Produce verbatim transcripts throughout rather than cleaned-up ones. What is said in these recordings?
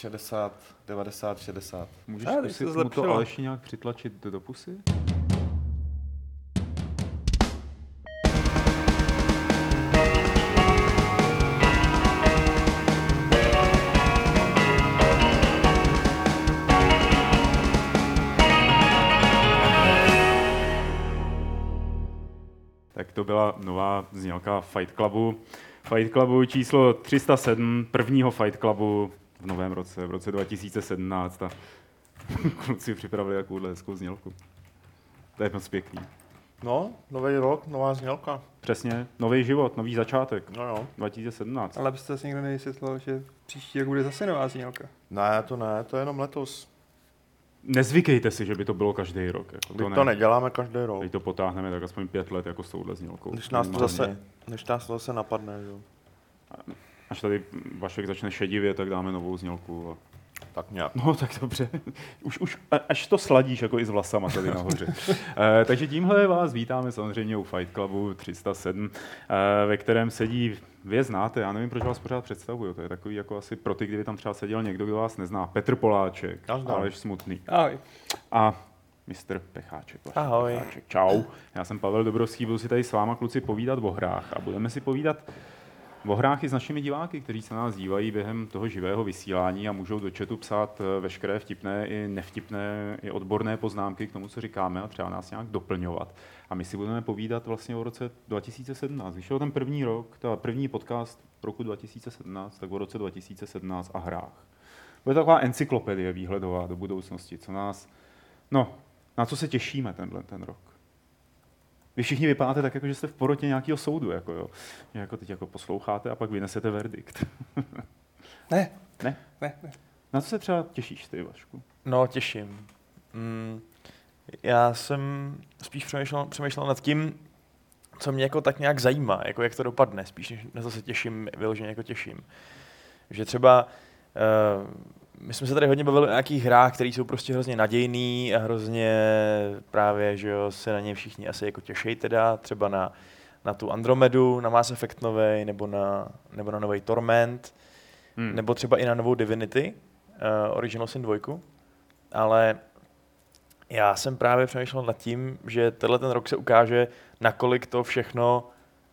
šedesát, devadesát, šedesát. Můžeš A, zkusit mu to Aleši nějak přitlačit do pusy? Tak to byla nová znělka Fight Clubu. Fight Clubu číslo tři sta sedm, prvního Fight Clubu v novém roce, v roce dva tisíce sedmnáct. A kluci připravili takovouhle hezkou znělku. To je moc pěkný. No, nový rok, nová znělka. Přesně, nový život, nový začátek. No jo. dva tisíce sedmnáct. Ale byste si někdo nevysvětlil, že příští rok bude zase nová znělka. Ne, to ne, to je jenom letos. Nezvykejte si, že by to bylo každý rok. Jako My to, ne. to neděláme každý rok. Teď to potáhneme tak aspoň pět let jako s touhle znělkou. Když nás to Minimálně. zase, než nás to zase napadne, jo. Až tady Vašek začne šedivě, tak dáme novou znělku. A... Tak nějak. No tak dobře. Už, už až to sladíš jako i s vlasama tady nahoře. e, takže tímhle vás vítáme samozřejmě u Fight Clubu tři sta sedm, e, ve kterém sedí, vy je znáte, já nevím, proč vás pořád představuju, to je takový jako asi pro ty, kdyby tam třeba seděl někdo, kdo vás nezná. Petr Poláček, Aleš Smutný. Ahoj. A mistr Pecháček. Ahoj. Pecháček. Čau. Já jsem Pavel Dobrovský, budu si tady s váma kluci povídat o hrách a budeme si povídat o hrách i s našimi diváky, kteří se nás dívají během toho živého vysílání a můžou do chatu psát veškeré vtipné i nevtipné i odborné poznámky k tomu, co říkáme a třeba nás nějak doplňovat. A my si budeme povídat vlastně o roce dva tisíce sedmnáct. Vyšel ten první rok, ta první podcast roku dva tisíce sedmnáct, tak o roce dva tisíce sedmnáct a hrách. Bude taková encyklopedie výhledová do budoucnosti, co nás, no, na co se těšíme tenhle ten rok. Vy všichni vypadáte tak, jako, že jste v porotě nějakého soudu, jako, jo. Že jako teď jako posloucháte a pak vynesete verdikt. Ne. Ne? Ne, ne. Na co se třeba těšíš ty, Vašku? No, těším. Mm, já jsem spíš přemýšlel, přemýšlel nad tím, co mě jako tak nějak zajímá, jako jak to dopadne, spíš než na to se těším, vyloženě jako těším. Že třeba, uh, my jsme se tady hodně bavili o nějakých hrách, které jsou prostě hrozně nadějný a hrozně právě, že jo, se na ně všichni asi jako těší teda, třeba na, na tu Andromedu, na Mass Effect novej, nebo na, nebo na nový Torment, hmm. nebo třeba i na novou Divinity, uh, Original Sin dva, ale já jsem právě přemýšlel nad tím, že tenhle ten rok se ukáže, nakolik to všechno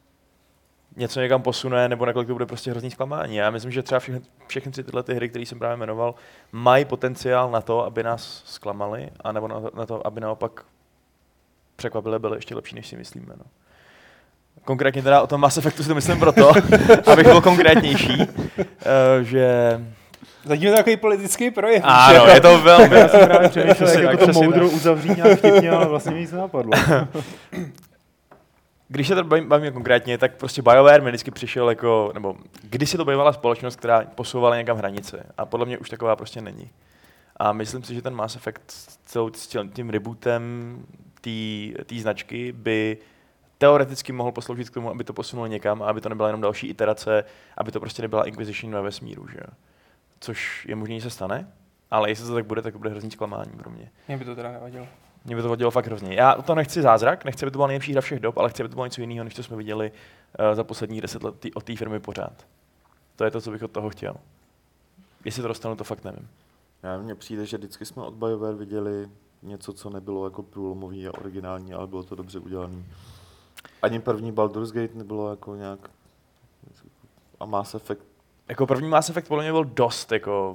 něco někam posune, nebo nakolik to bude prostě hrozný zklamání. Já myslím, že třeba všechny, všechny tři tyhle ty hry, které jsem právě jmenoval, mají potenciál na to, aby nás zklamali, anebo na, na to, aby naopak překvapili, byly ještě lepší, než si myslíme. No. Konkrétně teda o tom Mass Effectu si to myslím proto, abych byl konkrétnější, uh, že... Zatím je to takový politický projev. Ano, je to velmi. Já jsem právě přemýšlel, jak Přesně jako tak, to přesně moudro tak. uzavřít nějak vtipně, ale vlastně mi nic nenapadlo. Když se to bavím, bavím konkrétně, tak prostě BioWare mi vždycky přišel jako, nebo když se to bývala společnost, která posouvala někam hranice. A podle mě už taková prostě není. A myslím si, že ten Mass Effect s celou tím rebootem té značky by teoreticky mohl posloužit k tomu, aby to posunulo někam a aby to nebyla jenom další iterace, aby to prostě nebyla Inquisition ve vesmíru, že jo. Což je možné, že se stane, ale jestli to tak bude, tak to bude hrozný zklamání pro mě. Mě by to teda nevadilo. Mě by to vadilo fakt hrozně. Já to nechci zázrak, nechci, aby to byla nejlepší hra všech dob, ale chci, aby to bylo něco jiného, než to jsme viděli uh, za posledních deset let tý, od té firmy pořád. To je to, co bych od toho chtěl. Jestli to dostanu, to fakt nevím. Já mně přijde, že vždycky jsme od BioWare viděli něco, co nebylo jako průlomový a originální, ale bylo to dobře udělané. Ani první Baldur's Gate nebylo jako nějak... A Mass Effect. Jako první Mass Effect podle mě byl dost jako...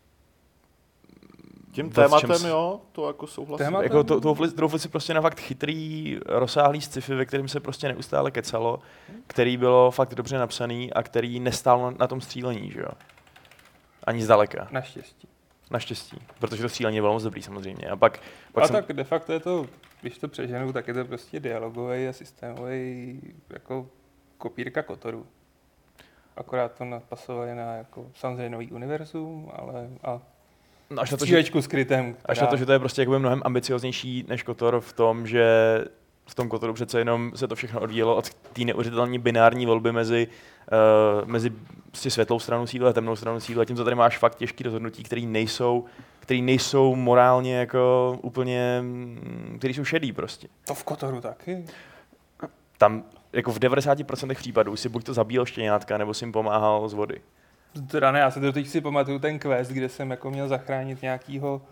Tím dost tématem, čems... jo, to jako souhlasím. Tématem? Jako to, to, troufli si prostě na fakt chytrý, rozsáhlý sci-fi, ve kterém se prostě neustále kecalo, který bylo fakt dobře napsaný a který nestál na, na tom střílení, že jo? Ani zdaleka. Naštěstí. Naštěstí, protože to střílení bylo moc dobrý samozřejmě. A pak, pak A jsem... tak de facto je to, když to přeženu, tak je to prostě dialogový a systémový jako kopírka Kotoru. Akorát to napasovali na jako samozřejmě nový univerzum, ale a No až na to, že, střílečku skrytem, která... až na to, že to je prostě jakoby mnohem ambicioznější než Kotor v tom, že v tom Kotoru přece jenom se to všechno odvíjelo od té neuvěřitelné binární volby mezi, uh, mezi prostě světlou stranou síly a temnou stranou síly, a tím, co tady máš fakt těžké rozhodnutí, které nejsou, který nejsou morálně jako úplně, které jsou šedý prostě. To v Kotoru taky. Tam jako v devadesáti procentech případů si buď to zabíjel štěňátka, nebo si jim pomáhal z vody. Teda ne, já se to teď si pamatuju ten quest, kde jsem jako měl zachránit nějakýho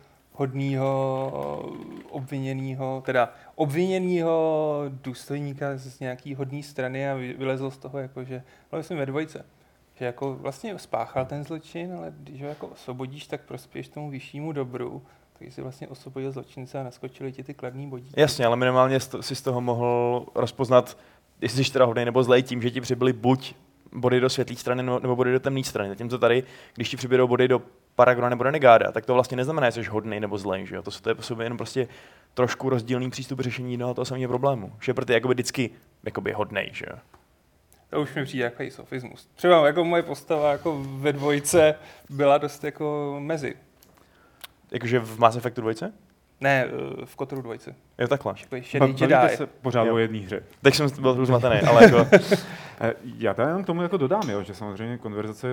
hodného obviněného, teda obviněného důstojníka z nějaký hodné strany a vylezl z toho jako, že, ale jsem ve dvojce, že jako vlastně spáchal ten zločin, ale když ho jako osvobodíš, tak prospěješ tomu vyššímu dobru, takže si vlastně osvobodil zločince a naskočili ti ty kladný bodíky. Jasně, ale minimálně si z toho mohl rozpoznat, jestli jsi teda hodnej nebo zlej tím, že ti přibyly buď body do světlé strany nebo body do temné strany. Zatímco tady, když ti přibydou body do Paragona nebo Renegáda, tak to vlastně neznamená, že jsi hodnej nebo zlej, že jo? To, to je po sobě jenom prostě trošku rozdílný přístup řešení jednoho toho samého problému. Shepard je jakoby vždycky jakoby hodnej, že jo? To už mi přijde jako sofismus. Třeba jako moje postava jako ve dvojce byla dost jako mezi. Jakože v Mass Effectu dvojce? Ne, v Kotoru dvojce. Jo, takhle. Šedý Jedi. Bavíte se pořád Jo. o jedné hře. Teď jsem byl trochu zmatený, ale jako... Já tady jenom k tomu jako dodám, jo, že samozřejmě konverzace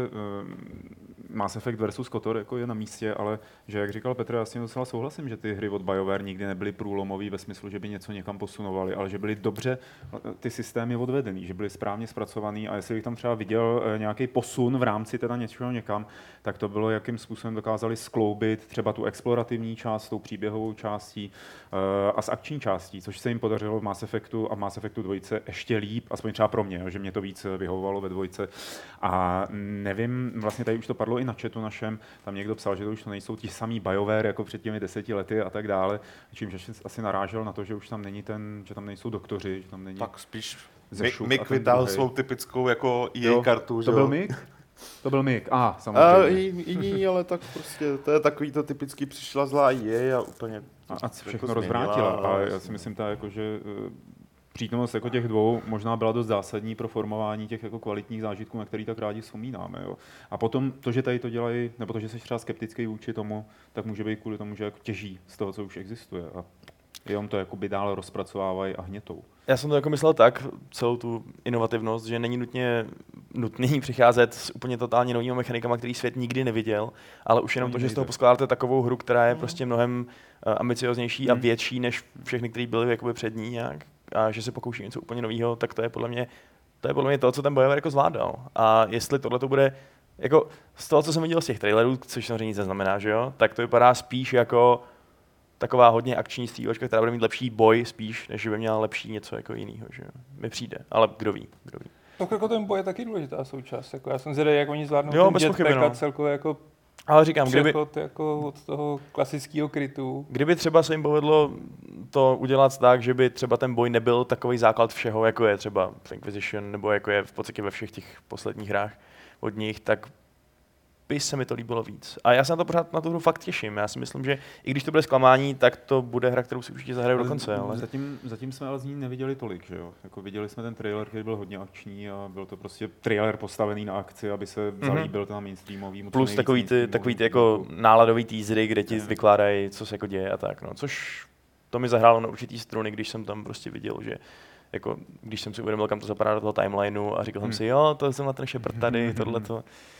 uh, Mass Effect versus KOTOR jako je na místě, ale že jak říkal Petr, já s tím docela souhlasím, že ty hry od BioWare nikdy nebyly průlomový ve smyslu, že by něco někam posunovali, ale že byly dobře ty systémy odvedený, že byly správně zpracovaný a jestli bych tam třeba viděl uh, nějaký posun v rámci teda něčeho někam, tak to bylo, jakým způsobem dokázali skloubit třeba tu explorativní část s tou příběhovou částí uh, a s akční částí, což se jim podařilo v Mass Effectu a v Mass Effectu dvojce ještě líp, aspoň třeba pro mě, jo, že mě to víc vyhovovalo ve dvojce. A nevím, vlastně tady už to padlo i na chatu našem, tam někdo psal, že to už to nejsou ti samý BioWare jako před těmi deseti lety a tak dále, čímž asi narážel na to, že už tam není ten, že tam nejsou doktoři, že tam není Tak spíš Zešup a Mick ten vytáhl druhej. svou typickou jako E A Jo, kartu, že To jo? byl Mick? To byl Mick, a ah, A samozřejmě. i- jiní, ale tak prostě, to je takový to typický, přišla zlá E A a úplně A, a všechno jako rozvrátila. změnila, A ale- já si myslím, ta, jako, že eh, přítomnost jako těch dvou možná byla dost zásadní pro formování těch jako kvalitních zážitků, na který tak rádi vzpomínáme. Jo. A potom to, že tady to dělají, nebo to, že jsi třeba skeptický vůči tomu, tak může být kvůli tomu, že jako těží z toho, co už existuje. A jenom to jakoby dál rozpracovávají a hnětou. Já jsem to jako myslel tak, celou tu inovativnost, že není nutně nutný přicházet s úplně totálně novými mechanikama, který svět nikdy neviděl, ale už jenom To to, že z toho nejde. poskládáte takovou hru, která je prostě mnohem uh, ambicioznější a Hmm. větší než všechny, které byly jakoby před ní nějak, a že se pokouší něco úplně nového, tak to je podle mě to, je podle mě to, co ten BioWare jako zvládal. A jestli tohle to bude, jako z toho, co jsem viděl z těch trailerů, což samozřejmě nic neznamená, že jo, tak to vypadá spíš jako taková hodně akční střílečka, která bude mít lepší boj spíš, než by měla lepší něco jako jiného, že jo. Mi přijde, ale kdo ví, kdo ví. Tak jako ten boj je taky důležitá součást. Jako já jsem zvědavý, jak oni zvládnou Jo, ten bez pochyby, jetpack a no. celkově jako Ale říkám, kdyby, přechod jako od toho klasického krytu. kdyby třeba se jim povedlo to udělat tak, že by třeba ten boj nebyl takový základ všeho, jako je třeba v Inquisition, nebo jako je v podstatě ve všech těch posledních hrách od nich, tak by se mi to líbilo víc. A já se na to pořád na tu hru fakt těším. Já si myslím, že i když to bude zklamání, tak to bude hra, kterou si určitě zahraju do konce. Ale... Zatím, zatím jsme ale z ní neviděli tolik, že jo? Jako viděli jsme ten trailer, který byl hodně akční a byl to prostě trailer postavený na akci, aby se Mhm. zalíbil ten mainstreamový. Plus takový ty, takový ty jako náladový teasery, kde ti vykládají, co se jako děje a tak. No. Což to mi zahrálo na určitý struny, když jsem tam prostě viděl, že jako, když jsem si uvědomil, kam to zapadá do toho timelineu a říkal jsem Hmm. si, jo, to jsem na ten Shepard tady, tohleto. Uh,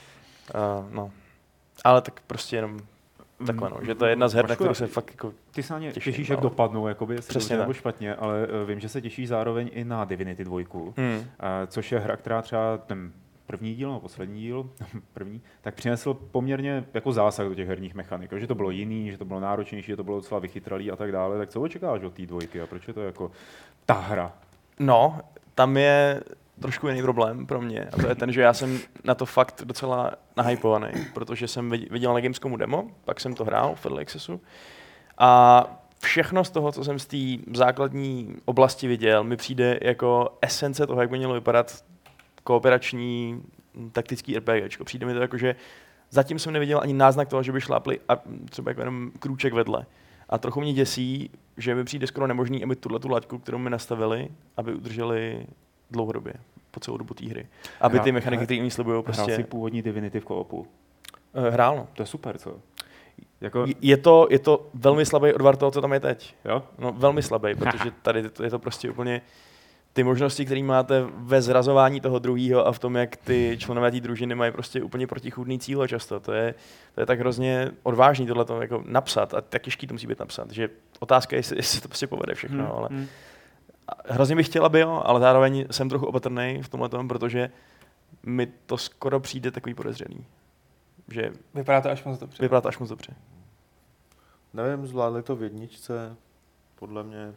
no. Ale tak prostě jenom takhle, no. Že to je jedna z her, na Vašku, kterou se fakt jako... Ty se na ně těším, těšíš, jak ale- dopadnou, jakoby, jestli Přesně dobře nebo tak. špatně, ale uh, vím, že se těšíš zároveň i na Divinity dva, Hmm. uh, což je hra, která třeba ten první díl, nebo poslední díl, první, tak přinesl poměrně jako zásah do těch herních mechanik, že to bylo jiný, že to bylo náročnější, že to bylo docela vychytralý a tak dále. Tak co očekáváš od té dvojky a proč je to jako ta hra? No, tam je trošku jiný problém pro mě. A to je ten, že já jsem na to fakt docela nahypovaný, protože jsem vid- viděl na Gamescomu demo, pak jsem to hrál v Early Accessu a všechno z toho, co jsem z té základní oblasti viděl, mi přijde jako esence toho, jak by mělo vypadat kooperační taktický RPGčko. Přijde mi to jako, že zatím jsem neviděl ani náznak toho, že by šlápli a třeba jako jenom krůček vedle. A trochu mě děsí, že mi přijde skoro nemožný, aby tuhle tu laťku, kterou mi nastavili, aby udrželi dlouhodobě, po celou dobu té hry. Aby ty Hrál- mechaniky, které oni slibují, Hrál si prostě původní Divinity v koopu. eh, hrál. No. To je super, co? Jako, Je to, je to velmi slabý odvar toho, co tam je teď. jo? No, velmi slabý, protože tady to- je to prostě úplně ty možnosti, které máte ve zrazování toho druhého a v tom, jak ty členové té družiny mají prostě úplně protichůdný cíle často. To je, to je tak hrozně odvážný tohle jako napsat a tak těžký to musí být napsat, že otázka je, jestli, jestli to prostě povede všechno, Hmm, ale hmm. a hrozně bych chtěl, aby jo, ale zároveň jsem trochu opatrný v tomhle tom, protože mi to skoro přijde takový podezřelý. že Vypadá to až moc dobře. vypadá to až moc dobře. Nevím, zvládli to v jedničce, podle mě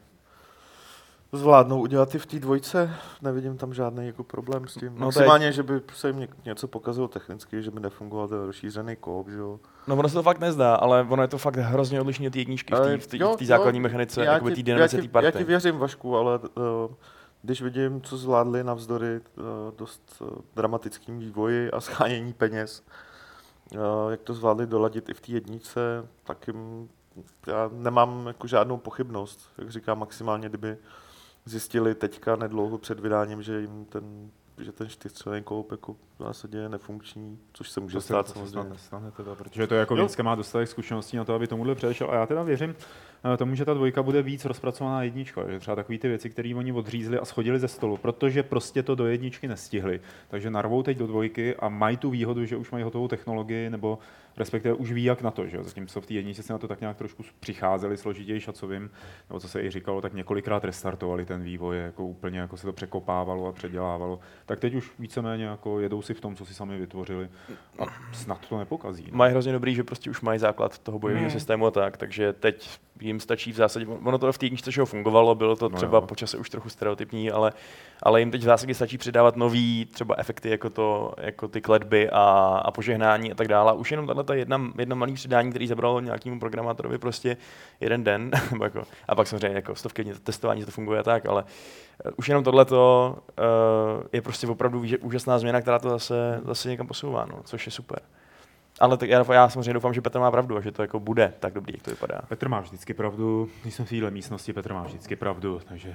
zvládnou udělat i v té dvojce, nevidím tam žádný jako problém s tím. No Maximálně, je... že by se jim něco pokazilo technicky, že by nefungoval ten rozšířený koop, že jo. No ono se to fakt nezdá, ale ono je to fakt hrozně odlišný od té jedničky v té v té základní mechanice, jakoby té dynamice té party. Já ti věřím, Vašku, ale uh, když vidím, co zvládli navzdory uh, dost uh, dramatickým vývoji a schánění peněz, uh, jak to zvládli doladit i v té jedničce, tak jim, já nemám jako žádnou pochybnost. Jak říkám, maximálně, kdyby zjistili teďka nedlouho před vydáním, že jim ten, že ten čtyřstranný koup jako v zásadě je nefunkční, což se může To stát se samozřejmě. nestane teda, protože to jako Vinska má dostatek zkušeností na to, aby tomuhle předešel. A já teda věřím eh, tomu, že ta dvojka bude víc rozpracovaná jednička, že třeba takový ty věci, které oni odřízli a schodili ze stolu, protože prostě to do jedničky nestihli. Takže narvou teď do dvojky a mají tu výhodu, že už mají hotovou technologii, nebo respektive už ví, jak na to, že zatímco v té jedničce se na to tak nějak trošku přicházeli složitější a co vím, nebo co se i říkalo, tak několikrát restartovali ten vývoj, jako úplně jako se to překopávalo a předělávalo. Tak teď už víceméně jako jedou si v tom, co si sami vytvořili a snad to nepokazí. Ne? Mají hrozně dobrý, že prostě už mají základ toho bojového Hmm. systému a tak, takže teď jim stačí v zásadě, ono to v té jedničce všeho fungovalo, bylo to No třeba jo. po čase už trochu stereotypní, ale, ale jim teď v zásadě stačí přidávat nový třeba efekty jako, to, jako ty kletby a, a požehnání a tak dále. Už jenom tato jedna, jedna malý přidání, který zabralo nějakému programátorovi prostě jeden den, jako, a pak samozřejmě jako stovky dní testování, že to funguje a tak, ale uh, už jenom tohleto uh, je prostě opravdu výže- úžasná změna, která to zase, zase někam posouvá, no, což je super. Ale tak já, já samozřejmě doufám, že Petr má pravdu a že to jako bude tak dobrý, jak to vypadá. Petr má vždycky pravdu, když jsem v téhle místnosti, Petr má vždycky pravdu, takže,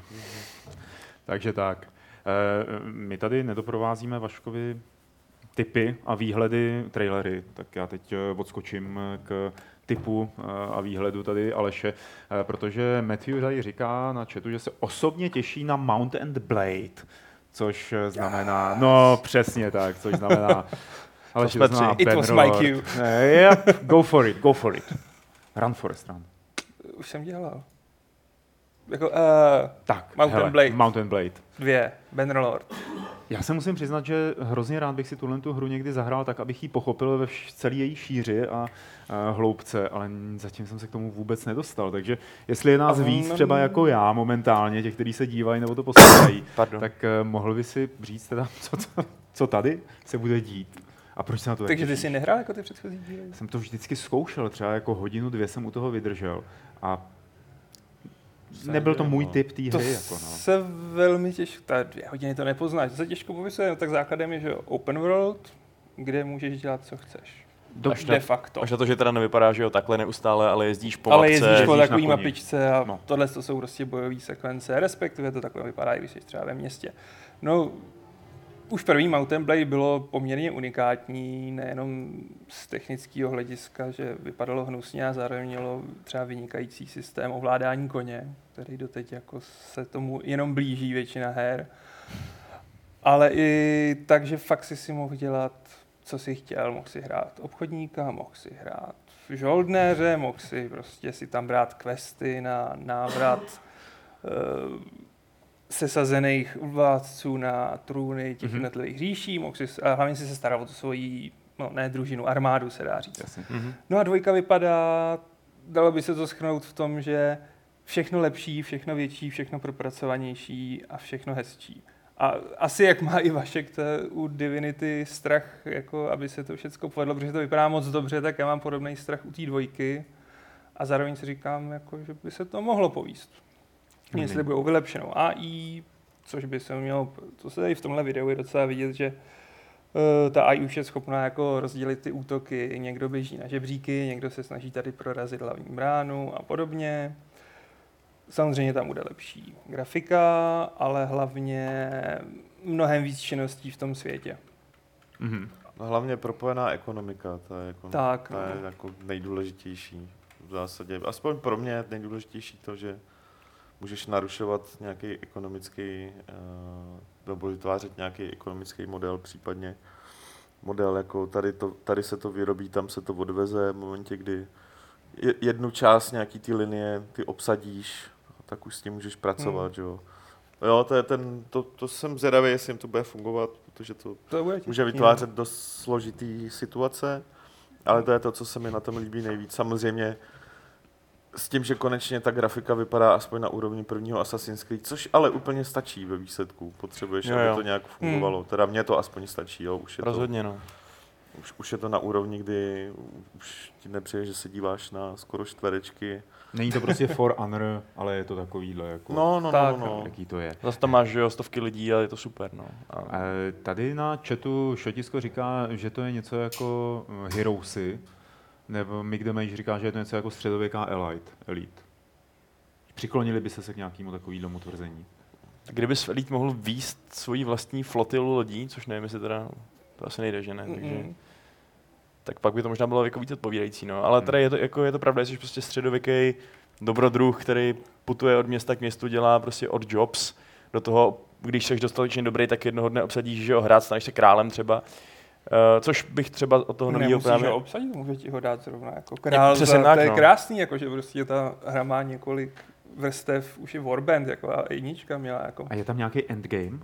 takže tak. E, my tady nedoprovázíme Vaškovi tipy a výhledy trailery, tak já teď odskočím k typu a výhledu tady Aleše, e, protože Matthew tady říká na chatu, že se osobně těší na Mount and Blade, což znamená, no přesně tak, což znamená, ale jsme to znamená tři. It was my Bannerlord. cue. Eh, Yep, go for it, go for it. Run, Forest, run. Už jsem dělal. Jako, uh, Tak, Mount and hele, Blade. Mount and Blade. dvě, Bannerlord. Já se musím přiznat, že hrozně rád bych si tuhle tu hru někdy zahrál tak, abych ji pochopil ve vš- celé její šíři a, a hloubce, ale zatím jsem se k tomu vůbec nedostal. Takže jestli je nás A víc on- třeba jako já momentálně, těch, kteří se dívají nebo to poslouchají, Pardon. tak uh, mohl by si říct teda, co, co, co tady se bude dít. A proč se na to tak Takže ty těšíš? jsi nehrál jako ty předchozí díly? Jsem to vždycky zkoušel, třeba jako hodinu, dvě jsem u toho vydržel a nebyl to můj typ té To hry. Jako, no. se velmi těžko, ta dvě hodiny to nepoznáš, to se těžko popisuje, no, tak základem je, že jo, open world, kde můžeš dělat, co chceš. Do, Až de facto. Až na to, že teda nevypadá, že jo, takhle neustále, ale jezdíš po Ale mapce. jezdíš po jezdíš na takový koni. mapičce a No. no. tohle to jsou prostě bojové sekvence, respektive to takhle vypadá, i když jsi třeba ve městě. No, už první Mount and Blade bylo poměrně unikátní, nejenom z technického hlediska, že vypadalo hnusně a zároveň mělo třeba vynikající systém ovládání koně, který doteď jako se tomu jenom blíží většina her. Ale i tak, že fakt si si mohl dělat, co si chtěl, mohl si hrát obchodníka, mohl si hrát žoldnéře, mohl si prostě si tam brát questy na návrat uh, sesazených vládců na trůny těch Mhm. jednotlivých říší, mohl si, a hlavně si se staral o tu svoji, no ne družinu, armádu se dá říct. Jasně. Mhm. No a dvojka vypadá, dalo by se to shrnout v tom, že všechno lepší, všechno větší, všechno propracovanější a všechno hezčí. A asi jak má i Vašek to u Divinity strach, jako aby se to všechno povedlo, protože to vypadá moc dobře, tak já mám podobný strach u té dvojky a zároveň si říkám, jako, že by se to mohlo povíst. Mhm. Jestli budou vylepšenou A I, což by se mělo, to se tady v tomhle videu je docela vidět, že uh, ta A I už je schopná jako rozdělit ty útoky, někdo běží na žebříky, někdo se snaží tady prorazit hlavní bránu a podobně. Samozřejmě tam bude lepší grafika, ale hlavně mnohem víc činností v tom světě. Mhm. No, hlavně propojená ekonomika, ta je, jako, Tak, ta je no. jako nejdůležitější v zásadě. Aspoň pro mě je nejdůležitější to, že můžeš narušovat nějaký ekonomický, uh, nebo vytvářet nějaký ekonomický model, případně model, jako tady, to, tady se to vyrobí, tam se to odveze, v momentě, kdy je- jednu část nějaký ty linie ty obsadíš, tak už s tím můžeš pracovat, Hmm. že jo. Jo, to je ten, to, to jsem zvědavý, jestli jim to bude fungovat, protože to To bude může těžký, vytvářet dost složitý situace, Ale to je to, co se mi na tom líbí nejvíc. Samozřejmě s tím, že konečně ta grafika vypadá aspoň na úrovni prvního Assassin's Creed, což ale úplně stačí ve výsledku. Potřebuješ, Jo, aby jo. to nějak fungovalo. Hmm. Teda mně to aspoň stačí, jo. Už je Rozhodně, to, no. už, už je to na úrovni, kdy už ti nepřijde, že se díváš na skoro čtverečky. Není to prostě For Honor, ale je to takovýhle, jako, No, no, Tak, no, no. jaký to je. Zase tam máš, že jo, stovky lidí, ale je to super, no. A... E, tady na chatu Šotisko říká, že to je něco jako Heroesy, nebo Mick Damage říká, že je to něco jako středověká Elite. Elite. Přiklonili by se se k nějakému takovýhlemu tvrzení. Kdyby Elite mohl výst svoji vlastní flotilu lodí, což nevím, jestli teda, to asi nejde, že ne, takže... Mm-mm. Tak pak by to možná bylo jako víc odpovídající, no. Ale teda je to, jako je to pravda, jsi prostě středověký dobrodruh, který putuje od města k městu, dělá prostě odd jobs. Do toho, když jsi dostatečně dobrý, tak jednoho dne obsadíš, že ho hrát, staneš se králem třeba. Uh, což bych třeba od toho nového Nemusíš právě... ho obsadit, může ti ho dát zrovna jako král. přesně Za, tak, to je no. krásný, jako, že prostě ta hra má několik vrstev, už je Warband, jako a jednička měla jako... A je tam nějaký endgame?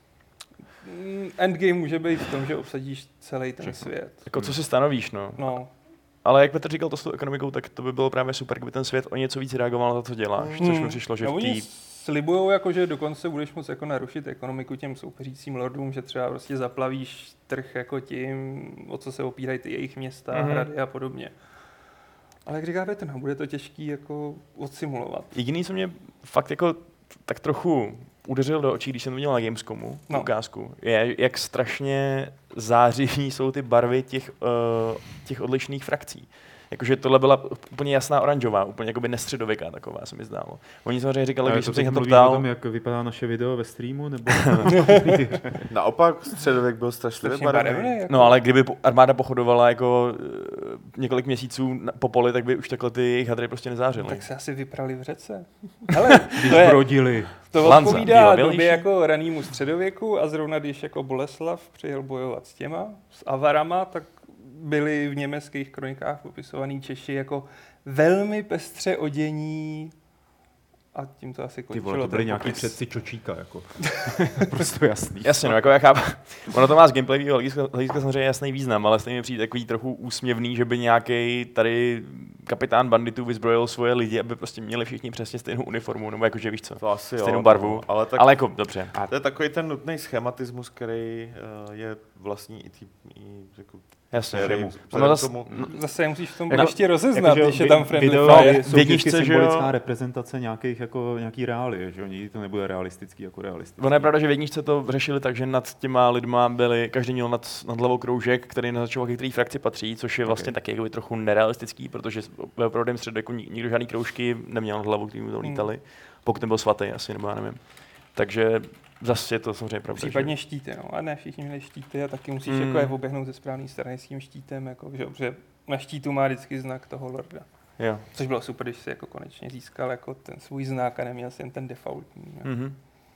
Mm, Endgame může být v tom, že obsadíš celý ten Všechno. svět. Jako co si stanovíš, no. No. Ale jak Petr říkal to s tou ekonomikou, tak to by bylo právě super, kdyby ten svět o něco víc reagoval na to, co děláš. Což mi Mm. přišlo, že no, v oni té... slibujou, jako, že dokonce budeš moct jako narušit ekonomiku těm soupeřícím lordům, že třeba prostě zaplavíš trh jako tím, o co se opírají ty jejich města, Mhm. mm-hmm. hrady a podobně. Ale jak říká Petr, no, bude to těžký jako odsimulovat. Jediný, co mě fakt jako tak trochu udeřil do očí, když jsem to viděl na Gamescomu, No. ukázku, je, jak strašně zářivý jsou ty barvy těch, uh, těch odlišných frakcí. Jakože tohle byla úplně jasná oranžová, úplně jakoby nestředověká taková, se mi zdálo. Oni samozřejmě říkali, když jsem se jich na to mluvíš o ptal, tom, jak vypadá naše video ve streamu, nebo... Naopak, středověk byl strašlivě Strašně barevný, barevný. jako. no ale kdyby po- armáda pochodovala jako uh, několik měsíců na- po poli, tak by už takhle ty jejich hadry prostě nezářily. Tak se asi vyprali v řece. Hele, Když to, je, brodili. to Lanza, odpovídá bývá době bělejší. jako ranýmu středověku a zrovna když jako Boleslav přijel bojovat s těma, s Avarama, tak byli v německých kronikách popisovaný Češi jako velmi pestře odění a tím to asi Ty končilo. vole, to byli ten nějaký popis. předci Čočíka, jako. Prostě jasný. Jasně, no, jako já chápu. Ono to má z gameplayového hlediska, hlediska samozřejmě jasný význam, ale stejně mi přijde takový trochu úsměvný, že by nějaký tady kapitán banditů vyzbrojil svoje lidi, aby prostě měli všichni přesně stejnou uniformu, nebo jakože víš co, To asi jo, stejnou barvu. no, ale tak Ale jako dobře. to je takový ten nutný schematismus, který uh, je vlastní i, tý, i jako Jasně. sérii. Ono Vzhledem zas- k tomu, Zase je musíš v tom Jako- ještě rozeznat, Jakože když je vi- tam friendly video fire. je v jsou jedničce, vždycky že jo? symbolická reprezentace nějakých, jako, nějaký reálie, že jo? Nikdy to nebude realistický jako realistický. Ono je pravda, že v jedničce to řešili tak, že nad těma lidma byli, každý měl nad, nad hlavou kroužek, který naznačoval, ke který frakci patří, což je vlastně Ok. taky jakoby trochu nerealistický, protože ve opravdém středověku ni- nikdo žádný kroužky neměl nad hlavou, který mu to lítali, pokud nebyl svatý asi, nebo já nevím. Takže zase je to samozřejmě pravda. Případně štíty, no. A ne všichni měli štíty a taky musíš Mm. jako je oběhnout ze správné strany s tím štítem, jako, že, že na štítu má vždycky znak toho lorda. Že... Jo. Což bylo super, když si jako konečně získal jako ten svůj znak a neměl si jen ten defaultní. Ne? Mhm.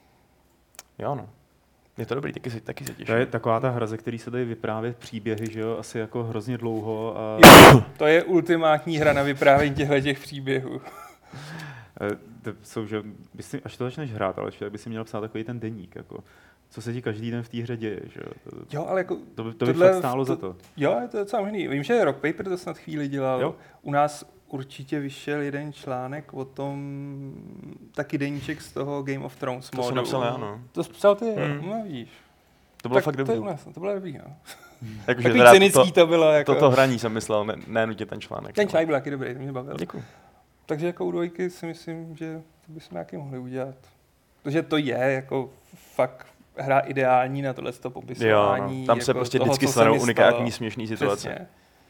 Jo, no. Je to dobrý, taky se, taky se těším. To je taková ta hra, ze který se dají vyprávět příběhy, že jo, asi jako hrozně dlouho. A Jo, to je ultimátní hra na vyprávění těchto těch příběhů. Eh, to jsou, že bys si, až to začneš hrát, ale tak by si měl psát takový ten deník, jako, co se ti každý den v té hře děje, že jo. To, Jo, ale jako to, by, to by tohle fakt stálo to- za to. Jo, je to docela možný. Vím, že Rock Paper to snad chvíli dělal. Jo. U nás určitě vyšel jeden článek o tom, taky deníček z toho Game of Thrones To jsem modu. napsal já, no. To jsi psal ty, Mm. mm. no vidíš. To bylo tak fakt to je dobrý. u nás, to bylo dobrý, no. Jakože Takový teda cynický to, to bylo. Jako. toto hraní jsem myslel, ne, ne nutně ten článek. Ten ale- článek byl taky dobrý, to mě bavil. Děkuji. Takže jako u dvojky si myslím, že to bychom nějaký mohli udělat. Protože to je jako fakt hra ideální na tohle Jo, popisování. no. Tam se jako prostě toho, vždycky co se stanou mi unikátní stalo. směšné situace. Přesně.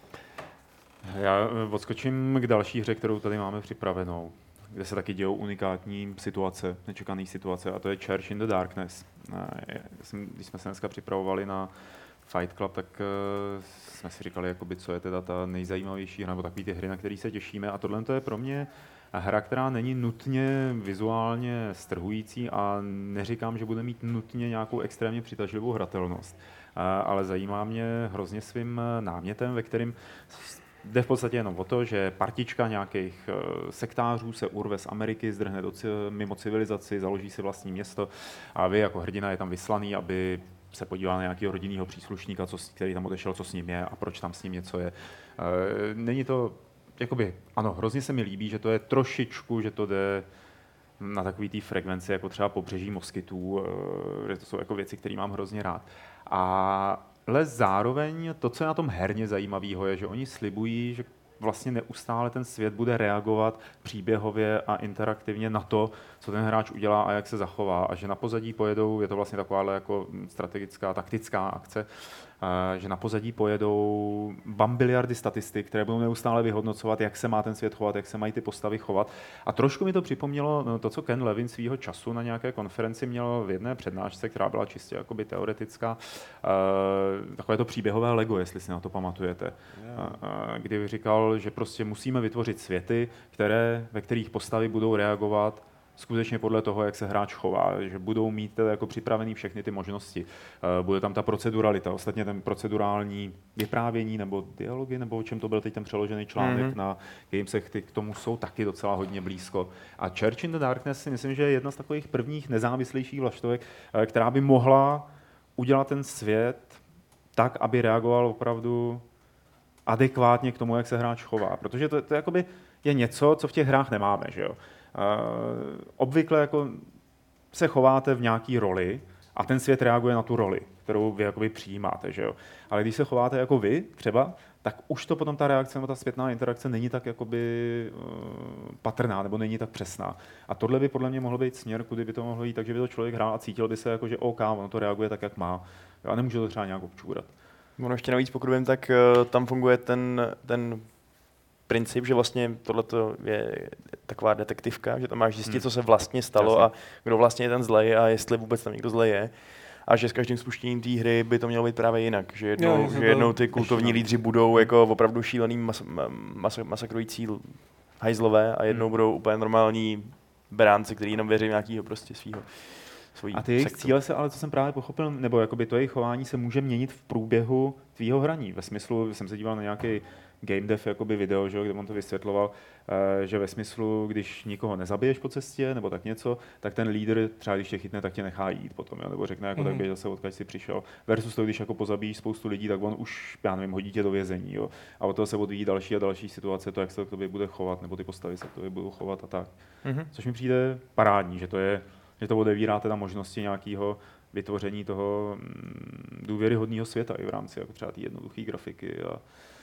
Já eh, odskočím k další hře, kterou tady máme připravenou, kde se taky dějou unikátní situace, nečekané situace, a to je Church in the Darkness. Eh, já jsem- Když jsme se dneska připravovali na Fight Club, tak eh, jsme si říkali, jakoby, co je teda ta nejzajímavější hra, nebo takový ty hry, na které se těšíme. A tohle to je pro mě hra, která není nutně vizuálně strhující a neříkám, že bude mít nutně nějakou extrémně přitažlivou hratelnost. Eh, Ale zajímá mě hrozně svým námětem, ve kterým jde v podstatě jenom o to, že partička nějakých eh, sektářů se urve z Ameriky, zdrhne do, ci- mimo civilizaci, založí si vlastní město a vy jako hrdina je tam vyslaný, aby se podívá na nějakého rodinného příslušníka, co, který tam odešel, co s ním je a proč tam s ním něco je. Není to, jakoby, ano, hrozně se mi líbí, že to je trošičku, že to jde na takový té frekvenci, jako třeba Pobřeží moskytů, že to jsou jako věci, které mám hrozně rád. A ale zároveň to, co je na tom herně zajímavého, je, že oni slibují, že vlastně neustále ten svět bude reagovat příběhově a interaktivně na to, co ten hráč udělá a jak se zachová. A že na pozadí pojedou, je to vlastně taková jako strategická, taktická akce, že na pozadí pojedou bambiliardy statistik, které budou neustále vyhodnocovat, jak se má ten svět chovat, jak se mají ty postavy chovat. A trošku mi to připomnělo no, to, co Ken Levin svýho času na nějaké konferenci měl v jedné přednášce, která byla čistě jakoby teoretická, uh, takové to příběhové Lego, jestli si na to pamatujete, yeah. uh, kdy říkal, že prostě musíme vytvořit světy, které, ve kterých postavy budou reagovat skutečně podle toho, jak se hráč chová, že budou mít teda jako připravený všechny ty možnosti. Bude tam ta proceduralita, ostatně ten procedurální vyprávění nebo dialogy, nebo o čem to byl teď ten přeložený článek mm-hmm. na Gamesech, ty k tomu jsou taky docela hodně blízko. A Church in the Darkness si myslím, že je jedna z takových prvních nezávislejších vlaštovek, která by mohla udělat ten svět tak, aby reagoval opravdu adekvátně k tomu, jak se hráč chová. Protože to, to jakoby je něco, co v těch hrách nemáme, že jo. Uh, obvykle jako se chováte v nějaký roli a ten svět reaguje na tu roli, kterou vy jakoby přijímáte, že jo. Ale když se chováte jako vy třeba, tak už to potom ta reakce nebo ta zpětná interakce není tak jakoby uh, patrná nebo není tak přesná. A tohle by podle mě mohlo být směr, kudy by to mohlo jít, takže by to člověk hrál a cítil by se jako, že OK, ono to reaguje tak, jak má. A nemůže to třeba nějak občůrat. Ono ještě navíc, pokud vím, tak uh, tam funguje ten, ten princip, že vlastně tohleto je taková detektivka, že tam máš zjistit, hmm. co se vlastně stalo Jasně. a kdo vlastně je ten zlej a jestli vůbec tam někdo zlej je. A že s každým spuštěním té hry by to mělo být právě jinak. Že jednou, jo, že jednou ty kultovní lídři budou jako opravdu šílený mas, mas, masakrující hajzlové a jednou hmm. budou úplně normální beránci, který jenom věří nějakého prostě svýho. A ty jejich cíle se, ale co jsem právě pochopil, nebo jakoby to jejich chování se může měnit v průběhu tvýho hraní. Ve smyslu, jsem se díval na nějaký game dev jakoby video, že, kde on to vysvětloval, že ve smyslu, když nikoho nezabiješ po cestě nebo tak něco, tak ten lídr třeba když tě chytne, tak tě nechá jít potom, jo, nebo řekne, jako mm. tak běž zase odkud jsi přišel. Versus to, když jako pozabíjíš spoustu lidí, tak on už, já nevím, hodí tě do vězení. Jo. A od toho se odvíjí další a další situace, to, jak se k tobě bude chovat, nebo ty postavy se k tobě budou chovat a tak. Mm. Což mi přijde parádní, že to je, že to odevírá teda možnosti nějakého vytvoření toho důvěryhodného světa i v rámci jako třeba té jednoduché grafiky. A,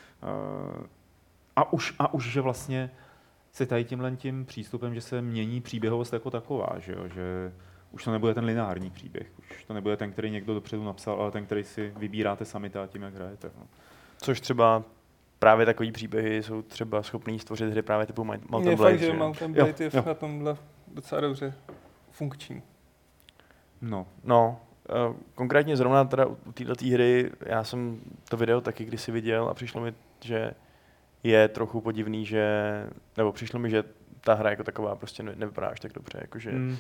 Uh, a, už, a už, že vlastně se tady tímhle tím přístupem, že se mění příběhovost jako taková, že, jo? Že už to nebude ten lineární příběh, už to nebude ten, který někdo dopředu napsal, ale ten, který si vybíráte sami tím, jak hrajete. No. Což třeba právě takový příběhy jsou třeba schopný stvořit hry právě typu Mountain Blade. Je fakt, že Mountain Blade je jo. na tomhle docela dobře funkční. No. No. Uh, konkrétně zrovna teda u této hry, já jsem to video taky kdysi viděl a přišlo mi, že je trochu podivný, že, nebo přišlo mi, že ta hra jako taková prostě ne, nevypadá až tak dobře, jakože mm. uh,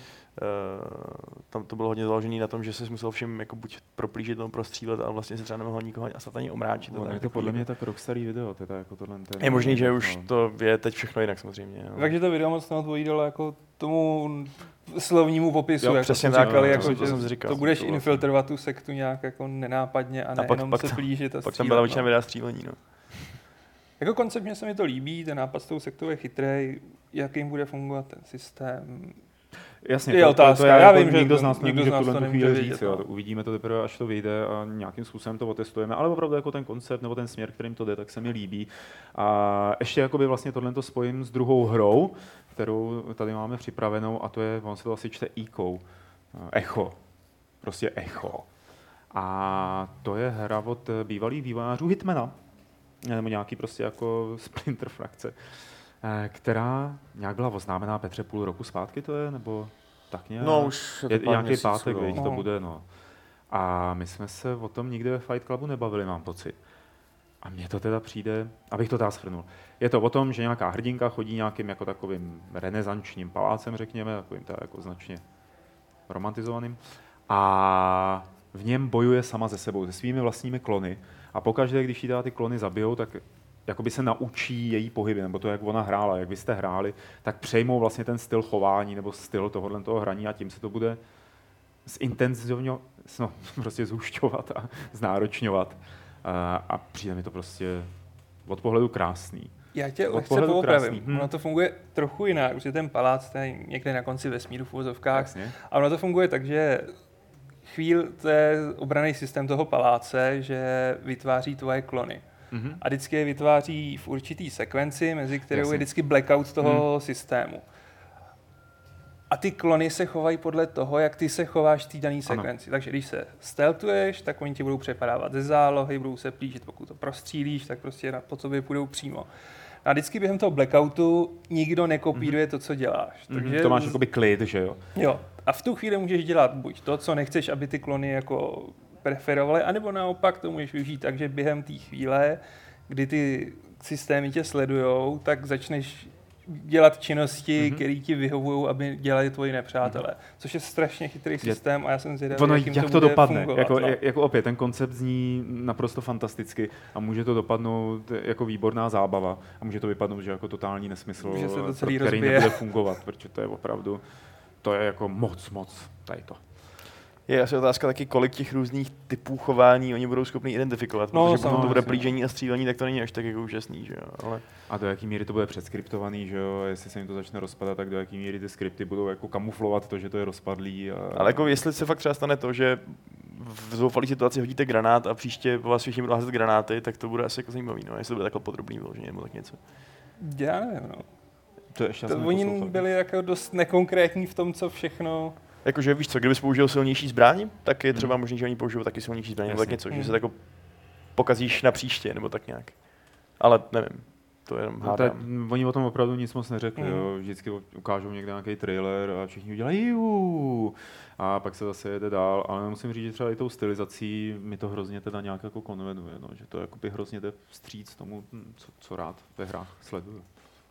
tam to bylo hodně založené na tom, že jsi musel všem jako buď proplížit tomu prostřílet, ale vlastně se třeba nemohl nikoho a snad ani omráčit. No, je to podle mě tak rockstarý video, teda jako tohle. Ten, je možný, že no. už to je teď všechno jinak samozřejmě. No. Takže to video moc neodpovídalo jako tomu slovnímu popisu, jo, jako přesně jsem tak, říkali, no, jako, to, že to, říkal, to budeš to infiltrovat tu sektu nějak jako nenápadně a nejenom se plížit a pak tam byla většina videa střílení. No. Jako konceptně se mi to líbí, ten nápad s tou sektou je chytrej, jakým bude fungovat ten systém. Jasně, je to, otázka. to, to je, já jako vím, nikdo že z nás nemůže tuhle chvíli říct, říct jo. Uvidíme to teprve, až to vyjde a nějakým způsobem to otestujeme, ale opravdu jako ten koncept nebo ten směr, kterým to jde, tak se mi líbí. A ještě jakoby vlastně tohle to spojím s druhou hrou, kterou tady máme připravenou, a to je, on se to asi čte Echo, Echo, prostě Echo. A to je hra od bývalých vývojářů Hitmana, nebo nějaký prostě jako Splinter frakce, která nějak byla oznámená Petře půl roku zpátky, to je, nebo tak nějak? No už je, je nějaký pátek, víš, to bude, no. A my jsme se o tom nikde ve Fight Clubu nebavili, mám pocit. A mně to teda přijde, abych to teda shrnul. Je to o tom, že nějaká hrdinka chodí nějakým jako takovým renesančním palácem, řekněme, takovým teda jako značně romantizovaným. A v něm bojuje sama se sebou, se svými vlastními klony. A pokaždé, když jí teda ty klony zabijou, tak jakoby se naučí její pohyby, nebo to, jak ona hrála, jak vy jste hráli, tak přejmou vlastně ten styl chování nebo styl tohohle toho hraní a tím se to bude zintenzivňovat, no, prostě zhušťovat a znáročňovat. A, a přijde mi to prostě od pohledu krásný. Já tě Od lehce pohledu poopravím. krásný. Hm. Ono to funguje trochu jinak, protože ten palác je někde na konci vesmíru v uvozovkách. Jasně. A ono to funguje tak, že chvíl to je obranný systém toho paláce, že vytváří tvoje klony. Mhm. A vždycky je vytváří v určitý sekvenci, mezi kterou Jasně. je vždycky blackout toho Hmm. systému. A ty klony se chovají podle toho, jak ty se chováš v té dané sekvenci. Takže když se stealthuješ, tak oni ti budou přepadávat ze zálohy, budou se plížit, pokud to prostřílíš, tak prostě na, po tobě půjdou přímo. A vždycky během toho blackoutu nikdo nekopíruje mm-hmm. to, co děláš. Takže Mhm. To máš jakoby klid, že jo? Jo. A v tu chvíli můžeš dělat buď to, co nechceš, aby ty klony jako preferovaly, anebo naopak to můžeš využít tak, že během té chvíle, kdy ty systémy tě sledujou, tak začneš dělat činnosti, Mhm. které ti vyhovují, aby dělali tvoji nepřátelé. Což je strašně chytrý systém a já jsem zvědavý, Ono, jakým jak to, to bude dopadne. fungovat. Jako, no. jako opět, ten koncept zní naprosto fantasticky a může to dopadnout jako výborná zábava a může to vypadnout, že jako totální nesmysl, Že se to pro celý který rozbije. nebude fungovat, protože to je opravdu, to je jako moc, moc tady to. Je asi otázka taky, kolik těch různých typů chování oni budou schopni identifikovat. No, No, protože pokud to bude samozřejmě. plížení a střílení, tak to není až tak jako úžasný, že jo. Ale A do jaký míry to bude předskriptovaný, že jo, jestli se jim to začne rozpadat, tak do jaký míry ty skripty budou jako kamuflovat to, že to je rozpadlý. A... Ale jako jestli se fakt třeba stane to, že v zoufalé situaci hodíte granát a příště po vás všichni budou házet granáty, tak to bude asi jako zajímavý, no, jestli to bude takhle podrobný vyloženě nebo tak něco. Já nevím, no. to ještě To, jsem oni neposlouchal. byli jako dost nekonkrétní v tom, co všechno... Jakože víš co, kdybys použil silnější zbraň, tak je třeba možný, že oni použijou taky silnější zbraň, nebo tak Jasně. něco, že Hmm. se tak jako pokazíš na příště, nebo tak nějak. Ale nevím, to jenom No, to je, hádám. oni o tom opravdu nic moc neřekli, Mm. jo. Vždycky ukážou někde nějaký trailer a všichni udělají juuu. A pak se zase jede dál, ale musím říct, že třeba i tou stylizací mi to hrozně teda nějak jako konvenuje, no. Že to jakoby hrozně jde vstříc tomu, hm, co, co rád ve hrách sleduju.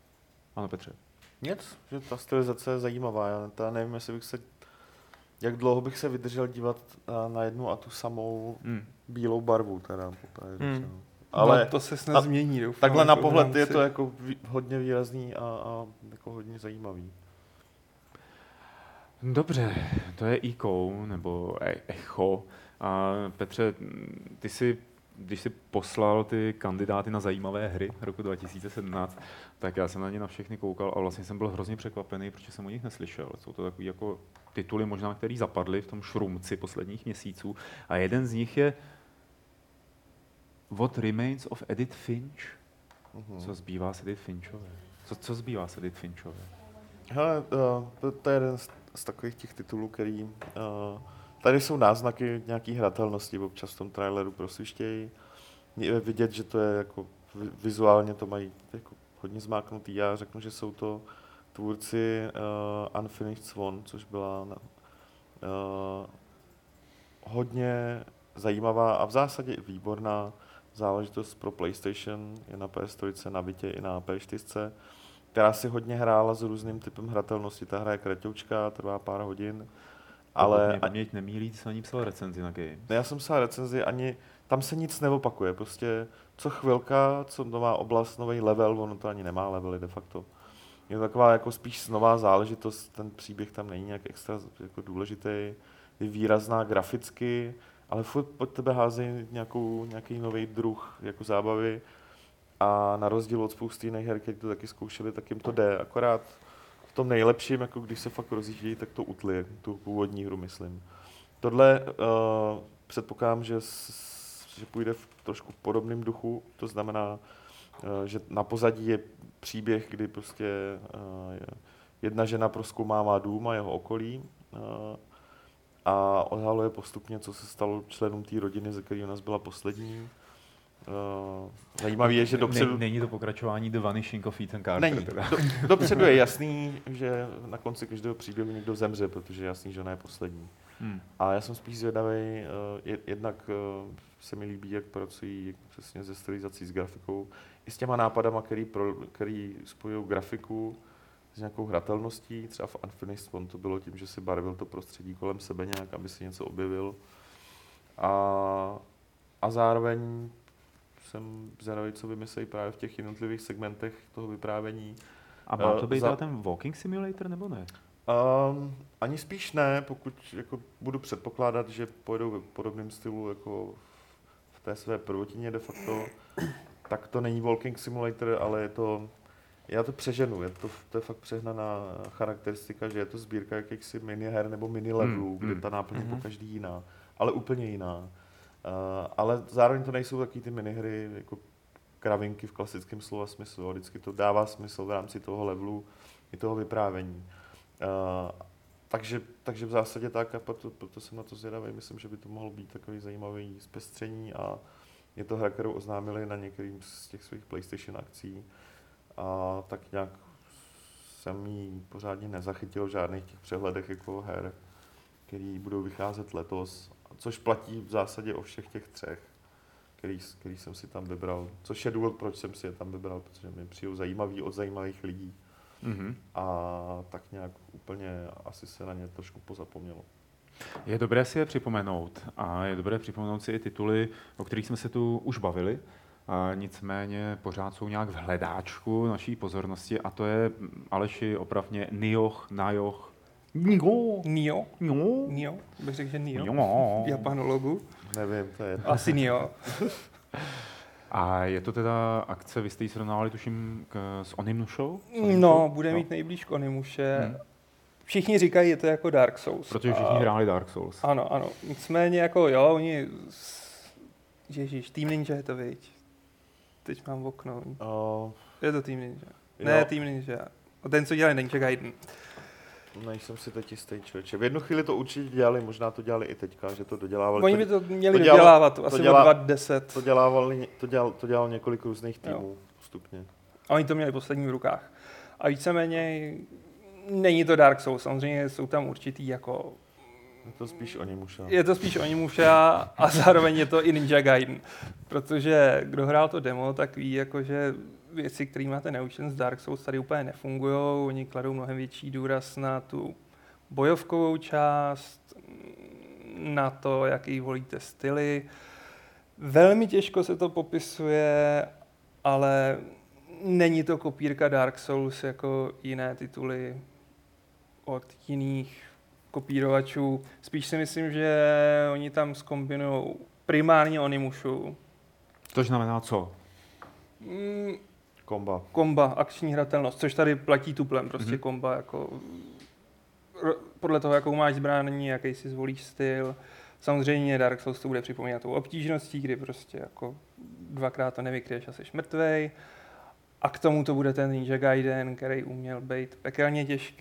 Ano, Petře. Nic, že ta stylizace je zajímavá. Já teda nevím, jestli bych se, jak dlouho bych se vydržel dívat na, na jednu a tu samou Hm. bílou barvu. Teda, popravdě Hmm. řečeno. Ale no, to se snad a- změní, doufám. takhle na jako v pohled je rámci- to jako vý, hodně výrazný a, a jako hodně zajímavý. Dobře, to je Eco, nebo e- Echo. A Petře, ty si, když jsi poslal ty kandidáty na zajímavé hry roku dva tisíce sedmnáct, tak já jsem na ně na všechny koukal a vlastně jsem byl hrozně překvapený, protože jsem o nich neslyšel. Jsou to takový jako tituly možná, které zapadly v tom šrumci posledních měsíců. A jeden z nich je What Remains of Edith Finch? Mhm. Co zbývá s Edith Finchové? Co, co zbývá s Edith Finchové? Hele, uh, to, to je jeden z, z takových těch titulů, který... Uh, tady jsou náznaky nějaký hratelnosti, občas v tom traileru prosvištějí. Je vidět, že to je jako vi- vizuálně to mají jako hodně zmáknutý. Já řeknu, že jsou to tvůrci uh, Unfinished Swan, což byla na, uh, hodně zajímavá a v zásadě i výborná záležitost pro PlayStation, je na P S tři, na Vitě i na P čtyři, která si hodně hrála s různým typem hratelnosti. Ta hra je kratoučká, trvá pár hodin, ale Mě, mě nemýlí, ty jsi ani psal recenzi na game. já jsem psal recenzi, ani tam se nic neopakuje, prostě co chvilka, co nová oblast, nový level, ono to ani nemá levely de facto. Je to taková jako spíš nová záležitost, ten příběh tam není nějak extra jako důležitý, je výrazná graficky, ale furt pod tebe házejí nějakou, nějaký nový druh jako zábavy a na rozdíl od spousty jiných her, kteří to taky zkoušeli, tak jim to jde, akorát v tom nejlepším, jako když se fakt rozjíždějí, tak to utli, tu původní hru myslím. Tohle uh, předpokládám, že, s, že půjde v trošku podobném duchu, to znamená, uh, že na pozadí je příběh, kdy prostě uh, je jedna žena prozkoumává dům a jeho okolí uh, a odhaluje postupně, co se stalo členům té rodiny, ze které u nás byla poslední. Uh, zajímavý je, že dopředu... Ne, není to pokračování The Vanishing of Ethan Carter. Není. Teda. Do, dopředu je jasný, že na konci každého příběhu někdo zemře, protože je jasný, že ona je poslední. Hmm. A já jsem spíš zvědavý, uh, jednak uh, se mi líbí, jak pracují přesně se stylizací, s grafikou, i s těma nápadama, který, pro, který spojují grafiku s nějakou hratelností. Třeba v Unfinished Swan to bylo tím, že si barvil to prostředí kolem sebe nějak, aby si něco objevil. A, a zároveň jsem zvědavý, co vymyslejí právě v těch jednotlivých segmentech toho vyprávění. A má Eh, to být za- za... ten Walking Simulator, nebo ne? Um, ani spíš ne, pokud jako budu předpokládat, že pojedou v podobném stylu jako v té své prvotině de facto, tak to není Walking Simulator, ale je to, já to přeženu, je to, to je fakt přehnaná charakteristika, že je to sbírka jakýchsi miniher nebo mini levelů, Hmm, kde hmm. ta náplň je Mhm. po každý jiná, ale úplně jiná. Uh, ale zároveň to nejsou taky ty minihry jako kravinky v klasickém slova smyslu, jo. Vždycky to dává smysl v rámci toho levelu i toho vyprávění. Uh, takže, takže v zásadě tak a proto, proto jsem na to zvědavý. Myslím, že by to mohlo být takový zajímavý zpestření a je to hra, kterou oznámili na některým z těch svých PlayStation akcí a tak nějak jsem ji pořádně nezachytil v žádných těch přehledech jako her, který budou vycházet letos, což platí v zásadě o všech těch třech, který, který jsem si tam vybral, což je důvod, proč jsem si je tam vybral, protože mi přijou zajímavý od zajímavých lidí. Mm-hmm. A tak nějak úplně asi se na ně trošku pozapomnělo. Je dobré si je připomenout a je dobré připomenout si i tituly, o kterých jsme se tu už bavili, a nicméně pořád jsou nějak v hledáčku naší pozornosti a to je, Aleši, opravně Nioh, Najoh, Nioh, Nio? Nioh, Nio? Bych řekl, že Nio. Nioh. V japanologu. Nevím, to je... Asi Nio. A je to teda akce, vy jste ji srovnávali, tuším, k, s Onimusou? No, bude mít nejblíž k Onimuše. Hmm. Všichni říkají, je to jako Dark Souls. Protože všichni A- hráli Dark Souls. Ano, ano. Nicméně jako jo, oni... s- Ježíš, Team Ninja je to, viď? Teď mám v okno. Uh, Je to Team Ninja. Ne, jo, Team Ninja. A ten, co dělali Ninja Gaiden. nejsem si teď jistý, člověče. V jednu chvíli to určitě dělali, možná to dělali i teďka, že to dodělávali. Oni by to, to měli to dělalo- dodělávat, to asi dělá- o dva deset. to, dělávali, to, dělal, to dělal několik různých týmů Jo. postupně. A oni to měli poslední v rukách. A víceméně není to Dark Souls, samozřejmě jsou tam určitý jako... Je to spíš Onimusha. Je to spíš Onimusha a zároveň je to i Ninja Gaiden. Protože kdo hrál to demo, tak ví, jako, že věci, které máte naučen z Dark Souls, tady úplně nefungují. Oni kladou mnohem větší důraz na tu bojovkovou část, na to, jaký volíte styly. Velmi těžko se to popisuje, ale není to kopírka Dark Souls jako jiné tituly od jiných kopírovačů. Spíš si myslím, že oni tam zkombinují primárně Onimushu. To znamená co? Mm, Komba. komba, akční hratelnost, což tady platí tuplem, prostě Mhm. mm-hmm. komba jako ro- podle toho, jakou máš zbraní, jaký si zvolíš styl. Samozřejmě Dark Souls to bude připomínat tou obtížností, kdy prostě jako dvakrát to nevykryješ a jsi mrtvej. A k tomu to bude ten Ninja Gaiden, který uměl být pekelně těžký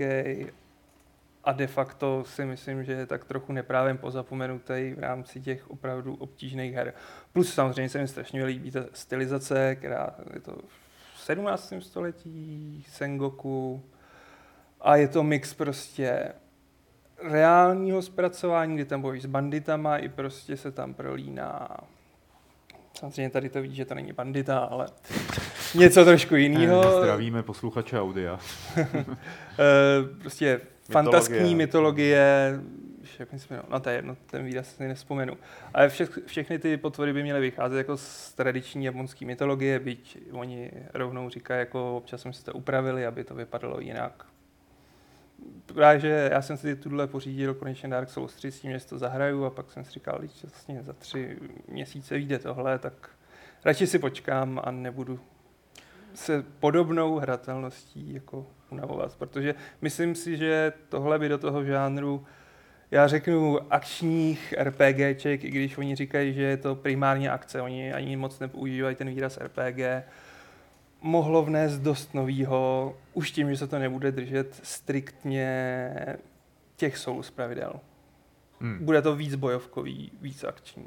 a de facto si myslím, že je tak trochu neprávem pozapomenutý v rámci těch opravdu obtížných her. Plus samozřejmě se mi strašně líbí ta stylizace, která je to v sedmnáctém století, Sengoku, a je to mix prostě reálního zpracování, kdy tam bojíš s banditama, i prostě se tam prolíná. Samozřejmě tady to vidí, že to není bandita, ale něco trošku jiného. Zdravíme posluchače Audia. Prostě fantaskní mytologie, jak mi se jmenuje, no to je jedno, ten výraz si nevzpomenu. Ale vše, všechny ty potvory by měly vycházet jako z tradiční japonské mytologie, byť oni rovnou říkají, jako občas jsme si to upravili, aby to vypadalo jinak. Právě, že já jsem si tuhle pořídil konečně Dark Souls tři s tím, že si to zahraju a pak jsem si říkal, že vlastně za tři měsíce vyjde tohle, tak radši si počkám a nebudu se podobnou hratelností jako unavovat, protože myslím si, že tohle by do toho žánru, já řeknu akčních RPGček, i když oni říkají, že je to primárně akce, oni ani moc nepoužívají ten výraz R P G, mohlo vnést dost novýho, už tím, že se to nebude držet striktně těch Souls pravidel. Hmm. Bude to víc bojovkový, víc akční.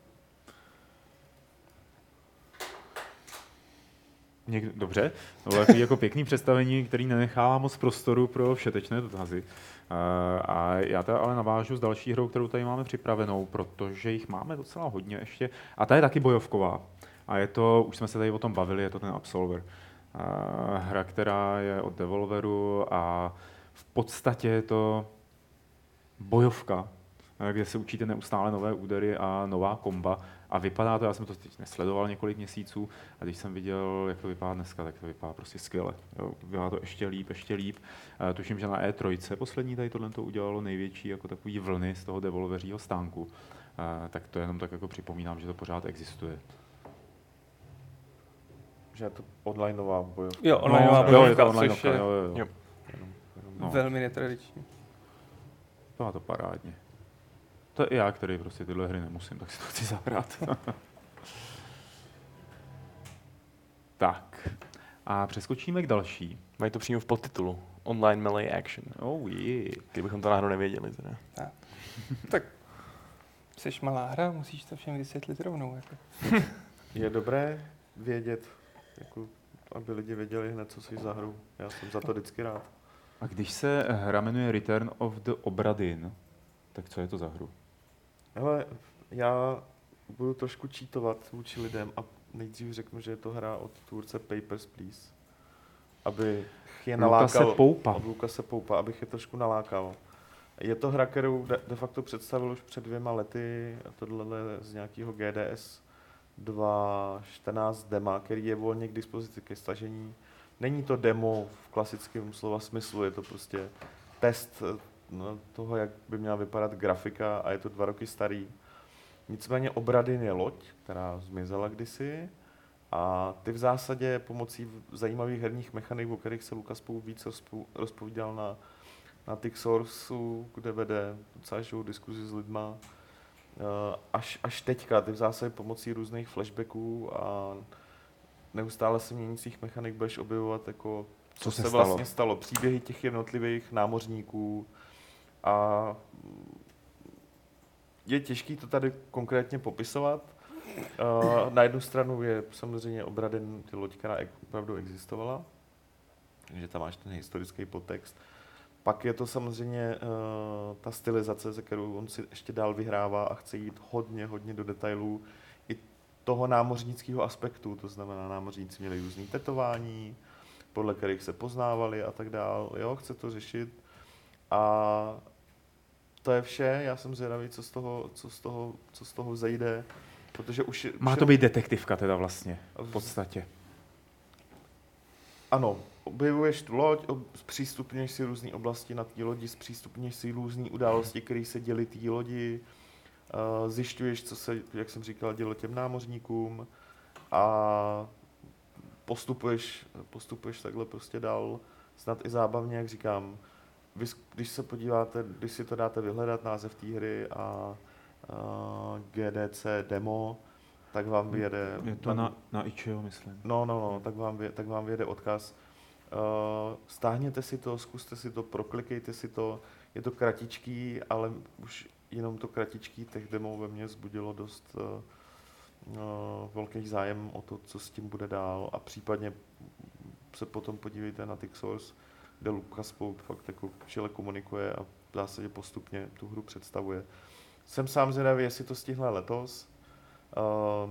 Někde, dobře, to bylo takový jako pěkný představení, který nenechává moc prostoru pro všetečné dotazy. Uh, a já to ale navážu s další hrou, kterou tady máme připravenou, protože jich máme docela hodně ještě. A ta je taky bojovková. A je to, už jsme se tady o tom bavili, je to ten Absolver. Uh, hra, která je od Devolveru a v podstatě je to bojovka kde se učíte neustále nové údery a nová komba. A vypadá to, já jsem to teď nesledoval několik měsíců, a když jsem viděl, jak to vypadá dneska, tak to vypadá prostě skvěle. Jo, vypadá to ještě líp, ještě líp. E, tuším, že na E tři poslední tady tohle to udělalo největší jako takový vlny z toho devolveřího stánku. E, tak to jenom tak jako připomínám, že to pořád existuje. Že je to onlineová bojovka. Jo, onlineová no, bojovka, jo, je to online což je jo, jo, jo. Jo. Jenom, jenom. No. velmi netradiční. Vypadá to parádně. To je i já, který prostě tyhle hry nemusím, tak si to chci zahrát. Tak. A přeskočíme k další. Mají to přímo v podtitulu. Online melee action. Oh yeah. Kdybychom to náhodou nevěděli. Teda. Tak, jsi malá hra, musíš to všem vysvětlit rovnou. Jako. Je dobré vědět, jako, aby lidi věděli hned, co si za hru. Já jsem za to vždycky rád. A když se hra jmenuje Return of the Obra Dinn, tak co je to za hru? Hele, já budu trošku čítovat vůči lidem a nejdřív řeknu, že je to hra od tvůrce Papers, Please. Aby je Lukase nalákal... Poupa. Od Lukase Poupa, abych je trošku nalákal. Je to hra, kterou de, de facto představil už před dvěma lety, a tohle je z nějakého G D S dva tečka čtrnáct dema, který je volně k dispozici ke stažení. Není to demo v klasickém slova smyslu, je to prostě test no, toho, jak by měla vypadat grafika, a je to dva roky starý. Nicméně Obra Dinn je loď, která zmizela kdysi, a ty v zásadě pomocí zajímavých herních mechanik, o kterých se Lukas Poup víc rozpou, rozpovídal na, na Tixorsu, kde vede docela živou diskuzi s lidma, až, až teďka, ty v zásadě pomocí různých flashbacků a neustále se měnících mechanik budeš objevovat, jako, co, co se, se vlastně stalo. stalo, příběhy těch jednotlivých námořníků, a je těžký to tady konkrétně popisovat. Uh, na jednu stranu je samozřejmě Obra Dinn, ty loď, která opravdu existovala, takže tam máš ten historický podtext. Pak je to samozřejmě uh, ta stylizace, ze kterou on si ještě dál vyhrává a chce jít hodně, hodně do detailů i toho námořnického aspektu, to znamená, námořníci měli různý tetování, podle kterých se poznávali a tak dál. Jo, chce to řešit a to je vše. Já jsem zvědavý, co z toho, co z toho, co z toho zajde, protože už... Má už to být detektivka teda vlastně, v podstatě. Ano, objevuješ tu loď, zpřístupňuješ si různé oblasti na té lodi, zpřístupňuješ si různé události, které se děly té lodi, uh, zjišťuješ, co se, jak jsem říkal, dělo těm námořníkům a postupuješ, postupuješ takhle prostě dál, snad i zábavně, jak říkám. Vy, když se podíváte, když si to dáte vyhledat, název té hry a uh, G D C demo, tak vám vyjede... Je to na, na Itch.io, myslím. No, no, no, tak vám, vě, tak vám vyjede odkaz. Uh, stáhněte si to, zkuste si to, proklikejte si to. Je to kratičký, ale už jenom to kratičký těch demo ve mně vzbudilo dost uh, uh, velký zájem o to, co s tím bude dál. A případně se potom podívejte na Tixors, kde Lukas Poup fakt jako čile komunikuje a v zásadě postupně tu hru představuje. Jsem sám zvědavý, jestli to stihle letos. Uh,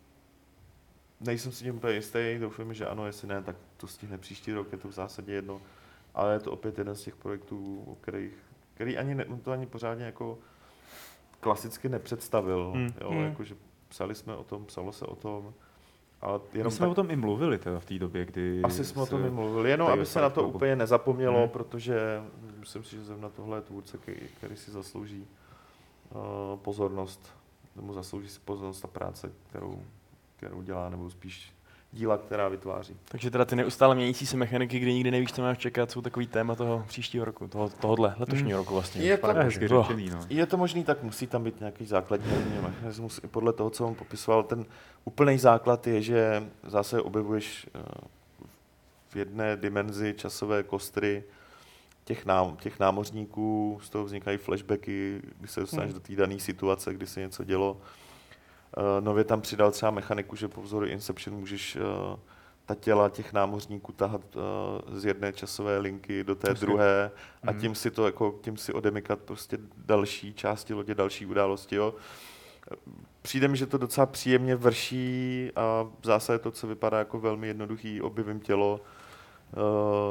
nejsem si tím úplně jistý, doufám, že ano, jestli ne, tak to stihne příští rok, je to v zásadě jedno, ale je to opět jeden z těch projektů, o kterých, který ani ne, to ani pořádně jako klasicky nepředstavil, Hmm. jo, Hmm. jakože psali jsme o tom, psalo se o tom, ale My jenom jsme tak, o tom i mluvili teda v té době, kdy... asi jsme o se- tom i mluvili, jenom tady aby se na to Fight Clubu. úplně nezapomnělo, Hmm. protože myslím si, že zrovna tohle je tvůrce, který, který si zaslouží uh, pozornost, nebo zaslouží si pozornost a práce, kterou, kterou dělá, nebo spíš díla, která vytváří. Takže teda ty neustále měnící se mechaniky, kdy nikdy nevíš, co máš čekat, jsou takový téma toho příštího roku, toho, tohohle, letošního roku vlastně. Je Pane to- To je bože. hezky Oh. řečený, no. Je to možný, tak musí tam být nějaký základní herní mechanismus. I podle toho, co on popisoval, ten úplný základ je, že zase objevuješ eh, v jedné dimenzi časové kostry těch, nám, těch námořníků, z toho vznikají flashbacky, kdy se dostaneš Hmm. do té dané situace, kdy se něco dělo. Eh, Nově tam přidal třeba mechaniku, že po vzoru Inception můžeš eh, ta těla těch námořníků tahat eh, z jedné časové linky do té Jasně. druhé a Mhm. tím si to jako, tím si odemykat prostě další části lodě, další události, jo. Přijde mi, že to docela příjemně vrší a v zásadě to, co vypadá jako velmi jednoduchý, objevím tělo, uh,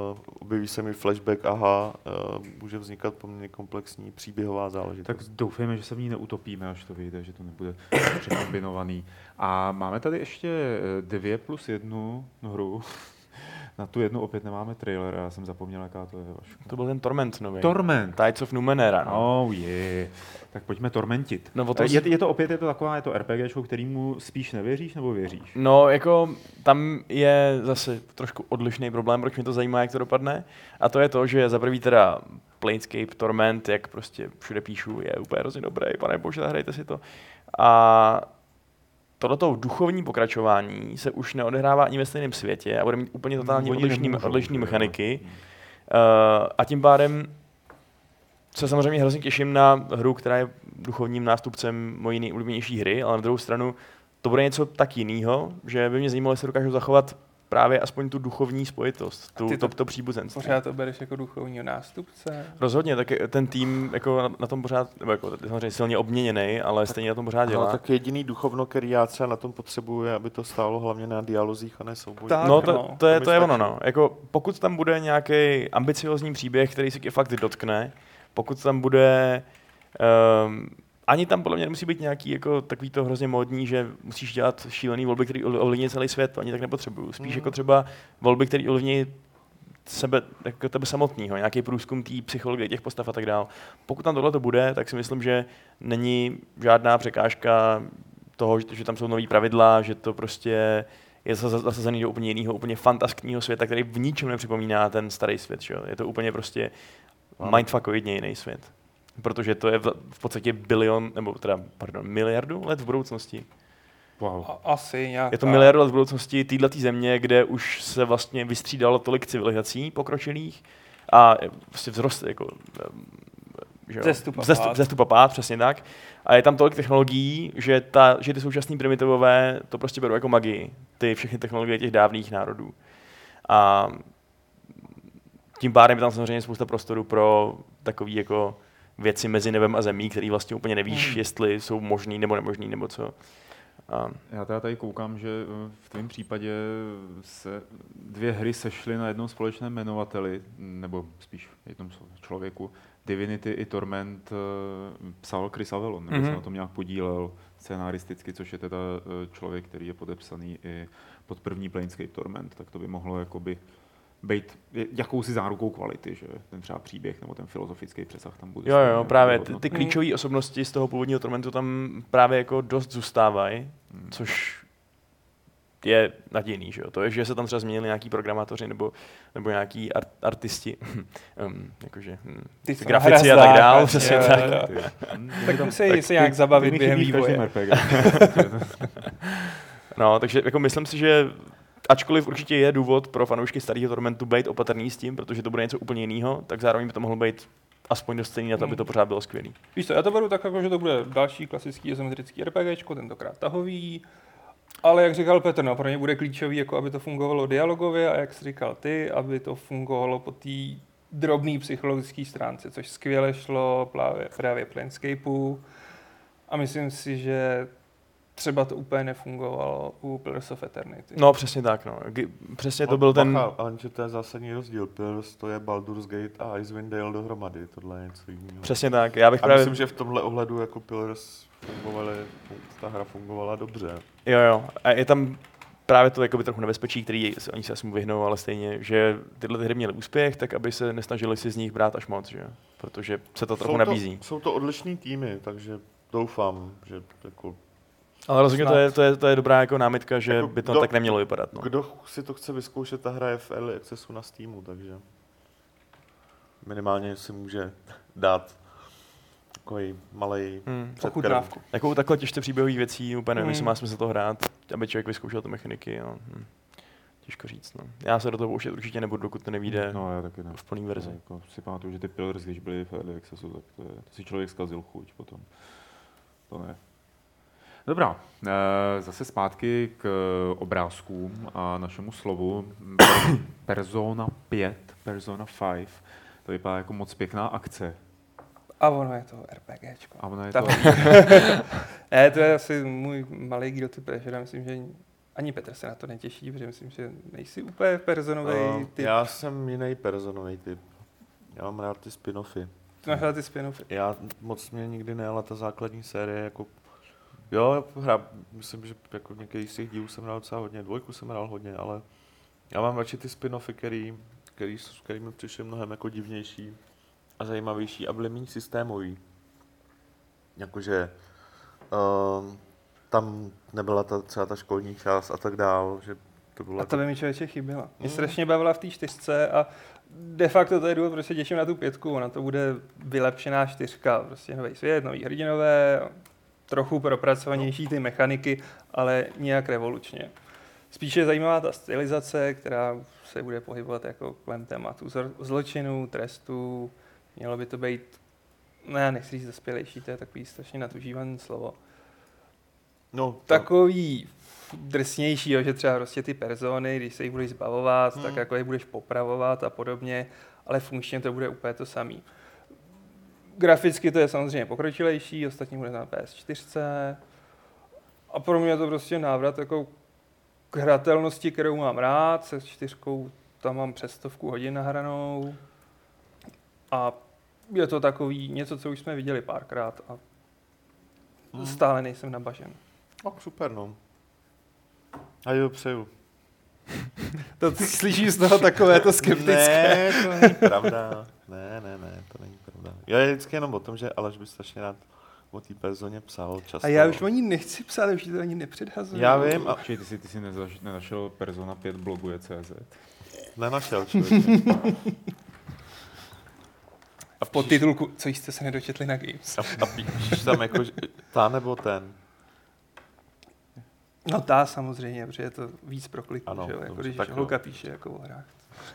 objeví se mi flashback, aha, uh, může vznikat poměrně komplexní příběhová záležitost. Tak doufejme, že se v ní neutopíme, až to vyjde, že to nebude překombinovaný. A máme tady ještě dvě plus jednu hru. Na tu jednu opět nemáme trailer, já jsem zapomněl, jaká to je. Vašku. To byl ten Torment nový. Torment. Tides of Numenera. No. Oh je. Tak pojďme tormentit. No, to je, je to opět je to taková, je to RPGčko, kterýmu spíš nevěříš nebo věříš? No, jako tam je zase trošku odlišný problém, proč mě to zajímá, jak to dopadne. A to je to, že za prvý teda Planescape Torment, jak prostě všude píšu, je úplně hrozně dobrý, pane bože, zahrajte si to. A tohleto duchovní pokračování se už neodehrává ani ve stejném světě a bude mít úplně totálně Oni odlišný, nemůžou, odlišný že? mechaniky. Uh, a tím pádem se samozřejmě hrozně těším na hru, která je duchovním nástupcem mojí nejoblíbenější hry, ale na druhou stranu to bude něco tak jiného, že by mě zajímalo, jestli dokážu zachovat právě aspoň tu duchovní spojitost, tu, ty to, to to příbuzenství. Pořád to bereš jako duchovního nástupce? Rozhodně, tak ten tým jako na, na tom pořád, nebo jako samozřejmě silně obměněný, ale tak, stejně na tom pořád dělá. Ale tak jediný duchovno, který já třeba na tom potřebuji, aby to stálo hlavně na dialozích a ne soubojích. Tak, No to, no. to, je, To mi to je ono, stačí. no. Jako, pokud tam bude nějaký ambiciozní příběh, který se tě fakt dotkne, pokud tam bude... Um, ani tam podle mě nemusí být nějaký jako takový to hrozně módní, že musíš dělat šílený volby, který ovlivní celý svět, to ani tak nepotřebuju. Spíš Mm. jako třeba volby, které ovlivní sebe, jako tebe samotného, nějaký průzkum té psychologie těch postav a tak dál. Pokud tam tohle to bude, tak si myslím, že není žádná překážka toho, že tam jsou nový pravidla, že to prostě je zasazený do úplně jiného, úplně fantaskního světa, který v ničem nepřipomíná ten starý svět. Že? Je to úplně prostě mindfuckoidně jiný svět. Protože to je v, v podstatě bilion, nebo teda, pardon, miliardu let v budoucnosti. Wow. A, asi nějaká... Je to miliardu let v budoucnosti této země, kde už se vlastně vystřídalo tolik civilizací pokročilých a vlastně vzrost, jako, že jo, Vzestup a vzestup, pád. vzestup a pád, přesně tak. A je tam tolik technologií, že, ta, že ty současní primitivové to prostě berou jako magii. Ty všechny technologie těch dávných národů. A tím pádem je tam samozřejmě spousta prostoru pro takový jako věci mezi nebem a zemí, který vlastně úplně nevíš, Hmm. jestli jsou možný nebo nemožný, nebo co. A Já teda tady koukám, že v tvém případě se dvě hry sešly na jednom společném jmenovateli, nebo spíš jednom člověku. Divinity i Torment psal Chris Avellone, nebo Mhm. se na tom nějak podílel scénaristicky, což je teda člověk, který je podepsaný i pod první Planescape Torment, tak to by mohlo jakoby být jakousi zárukou kvality, že ten třeba příběh nebo ten filozofický přesah tam bude. jo, jo, právě ty, hodnotný. ty klíčové osobnosti z toho původního Tormentu tam právě jako dost zůstávají, Hmm. což je nadějný, že jo. To je, že se tam třeba změnili nějaký programátoři nebo, nebo nějaký art, artisti, um, jakože hm, Ty co grafici a hra tak zná, dál, jo, přesně jo, tak. jo. Hmm. Tak Tam- musí tak se nějak ty- zabavit ty mi během chybí v každém vývoje. R P G. No, takže jako myslím si, že ačkoliv určitě je důvod pro fanoušky starého Tormentu být opatrný s tím, protože to bude něco úplně jiného, tak zároveň by to mohlo být aspoň dost stejný na to, aby to pořád bylo skvělý. Víš co, já to beru tak, jako, že to bude další klasický izometrický RPGčko, tentokrát tahový, ale jak říkal Petr, no, pro ně bude klíčový, jako aby to fungovalo dialogově a jak jsi říkal ty, aby to fungovalo po té drobné psychologické stránce, což skvěle šlo právě, právě Planescapeu a myslím si, že třeba to úplně nefungovalo u Pillars of Eternity. No, přesně tak, no. G- Přesně to byl ten... Bacha, ale že to je zásadní rozdíl. Pillars to je Baldur's Gate a Icewind Dale dohromady. Tohle je něco jiného. Přesně tak, já bych A právě... myslím, že v tomhle ohledu jako Pillars fungovaly, ta hra fungovala dobře. Jo, jo. A je tam právě to jakoby trochu nebezpečí, který se, oni se asi mu vyhnou, ale stejně, že tyhle ty hry měly úspěch, tak aby se nesnažili si z nich brát až moc, že jo? Protože se to trochu jsou nabízí. To, jsou to odlišný týmy, takže doufám, že jako, Ale rozhodně to Snad. je, to, je, to je dobrá jako námitka, že Jako by to kdo- tak nemělo vypadat. No. kdo si to chce vyzkoušet, ta hra je v Early Accessu na Steamu, takže minimálně si může dát takový malej Hmm. předkrm. Ochutnávku. Jako u takhle těžce příběhových věcí úplně nevím, Hmm. jestli má smysl to hrát, aby člověk vyzkoušel ty mechaniky. No. Hm. Těžko říct. No. Já se do toho pouštět určitě nebudu, dokud to nevíde No, já taky ne. v plný verzi. Jako si pamatuju, že ty Pillars, když byly v Early Accessu, tak to, je, to si člověk zkazil chuť potom. To ne. Dobrá, eh, zase zpátky k obrázkům a našemu slovu. Persona pět, Persona pět, to vypadá jako moc pěkná akce. A ono je to RPGčko. A ona je Ta- to... Ne, to je asi můj malý guilty pleasure. Myslím, že Ani Petr se na to netěší, protože myslím, že nejsi úplně personový Uh, typ. já jsem jiný personový typ. Já mám rád ty spin-offy. Ty máš rád ty spin-offy. Já moc mě nikdy nejela ta základní série, jako jo, hra, myslím, že jako některých z těch dílů jsem hrál docela hodně, dvojku jsem hrál hodně, ale já mám radši ty spin-offy, který, který, který mi přišly mnohem jako divnější a zajímavější a byly méně systémový. Jakože uh, tam nebyla ta, třeba ta školní část a tak dál, že to bylo A jako... to by mi člověče chyběla. Mě Mm. strašně bavila v té čtyřce a de facto to je důvod, prostě těším na tu pětku. Ona to bude vylepšená čtyřka, prostě nový svět, nový hrdinové, trochu propracovanější ty mechaniky, ale nijak revolučně. Spíše je zajímavá ta stylizace, která se bude pohybovat jako kolem tématu zlo- zločinu, trestu. Mělo by to být, no já nechci říct dospělejší, to je takový strašně natužívaný slovo. No, Takový drsnější, jo, že třeba prostě ty persony, když se jich budeš zbavovat, hmm. tak jako je budeš popravovat a podobně, ale funkčně to bude úplně to samý. Graficky to je samozřejmě pokročilejší, ostatní bude na P S čtyři. A pro mě je to prostě návrat jako k hratelnosti, kterou mám rád, se čtyřkou tam mám přes stovku hodin nahranou. A je to takový něco, co už jsme viděli párkrát a Hmm. stále nejsem nabažen. No, super, no. A jo, přeju. To slyším z toho takové to skeptické. Ne, to není pravda. Ne, ne, ne, to není pravda. Já je vždycky jenom o tom, že Aleš by strašně rád o té personě psal často. A já už o ní nechci psát, už to ani nepředhazuju. Já vím a Počkej, ty si, ty si nezaš, nenašel Persona pět bloguje tečka cé zet. nenašel člověk. A v podtitulku, co jste se nedočetli na Games. A, a píšeš tam jako, že ta nebo ten. No ta samozřejmě, protože je to víc pro kliku, Ano, že jo, jako dobře, když tak jo. holka píše jako o hrách.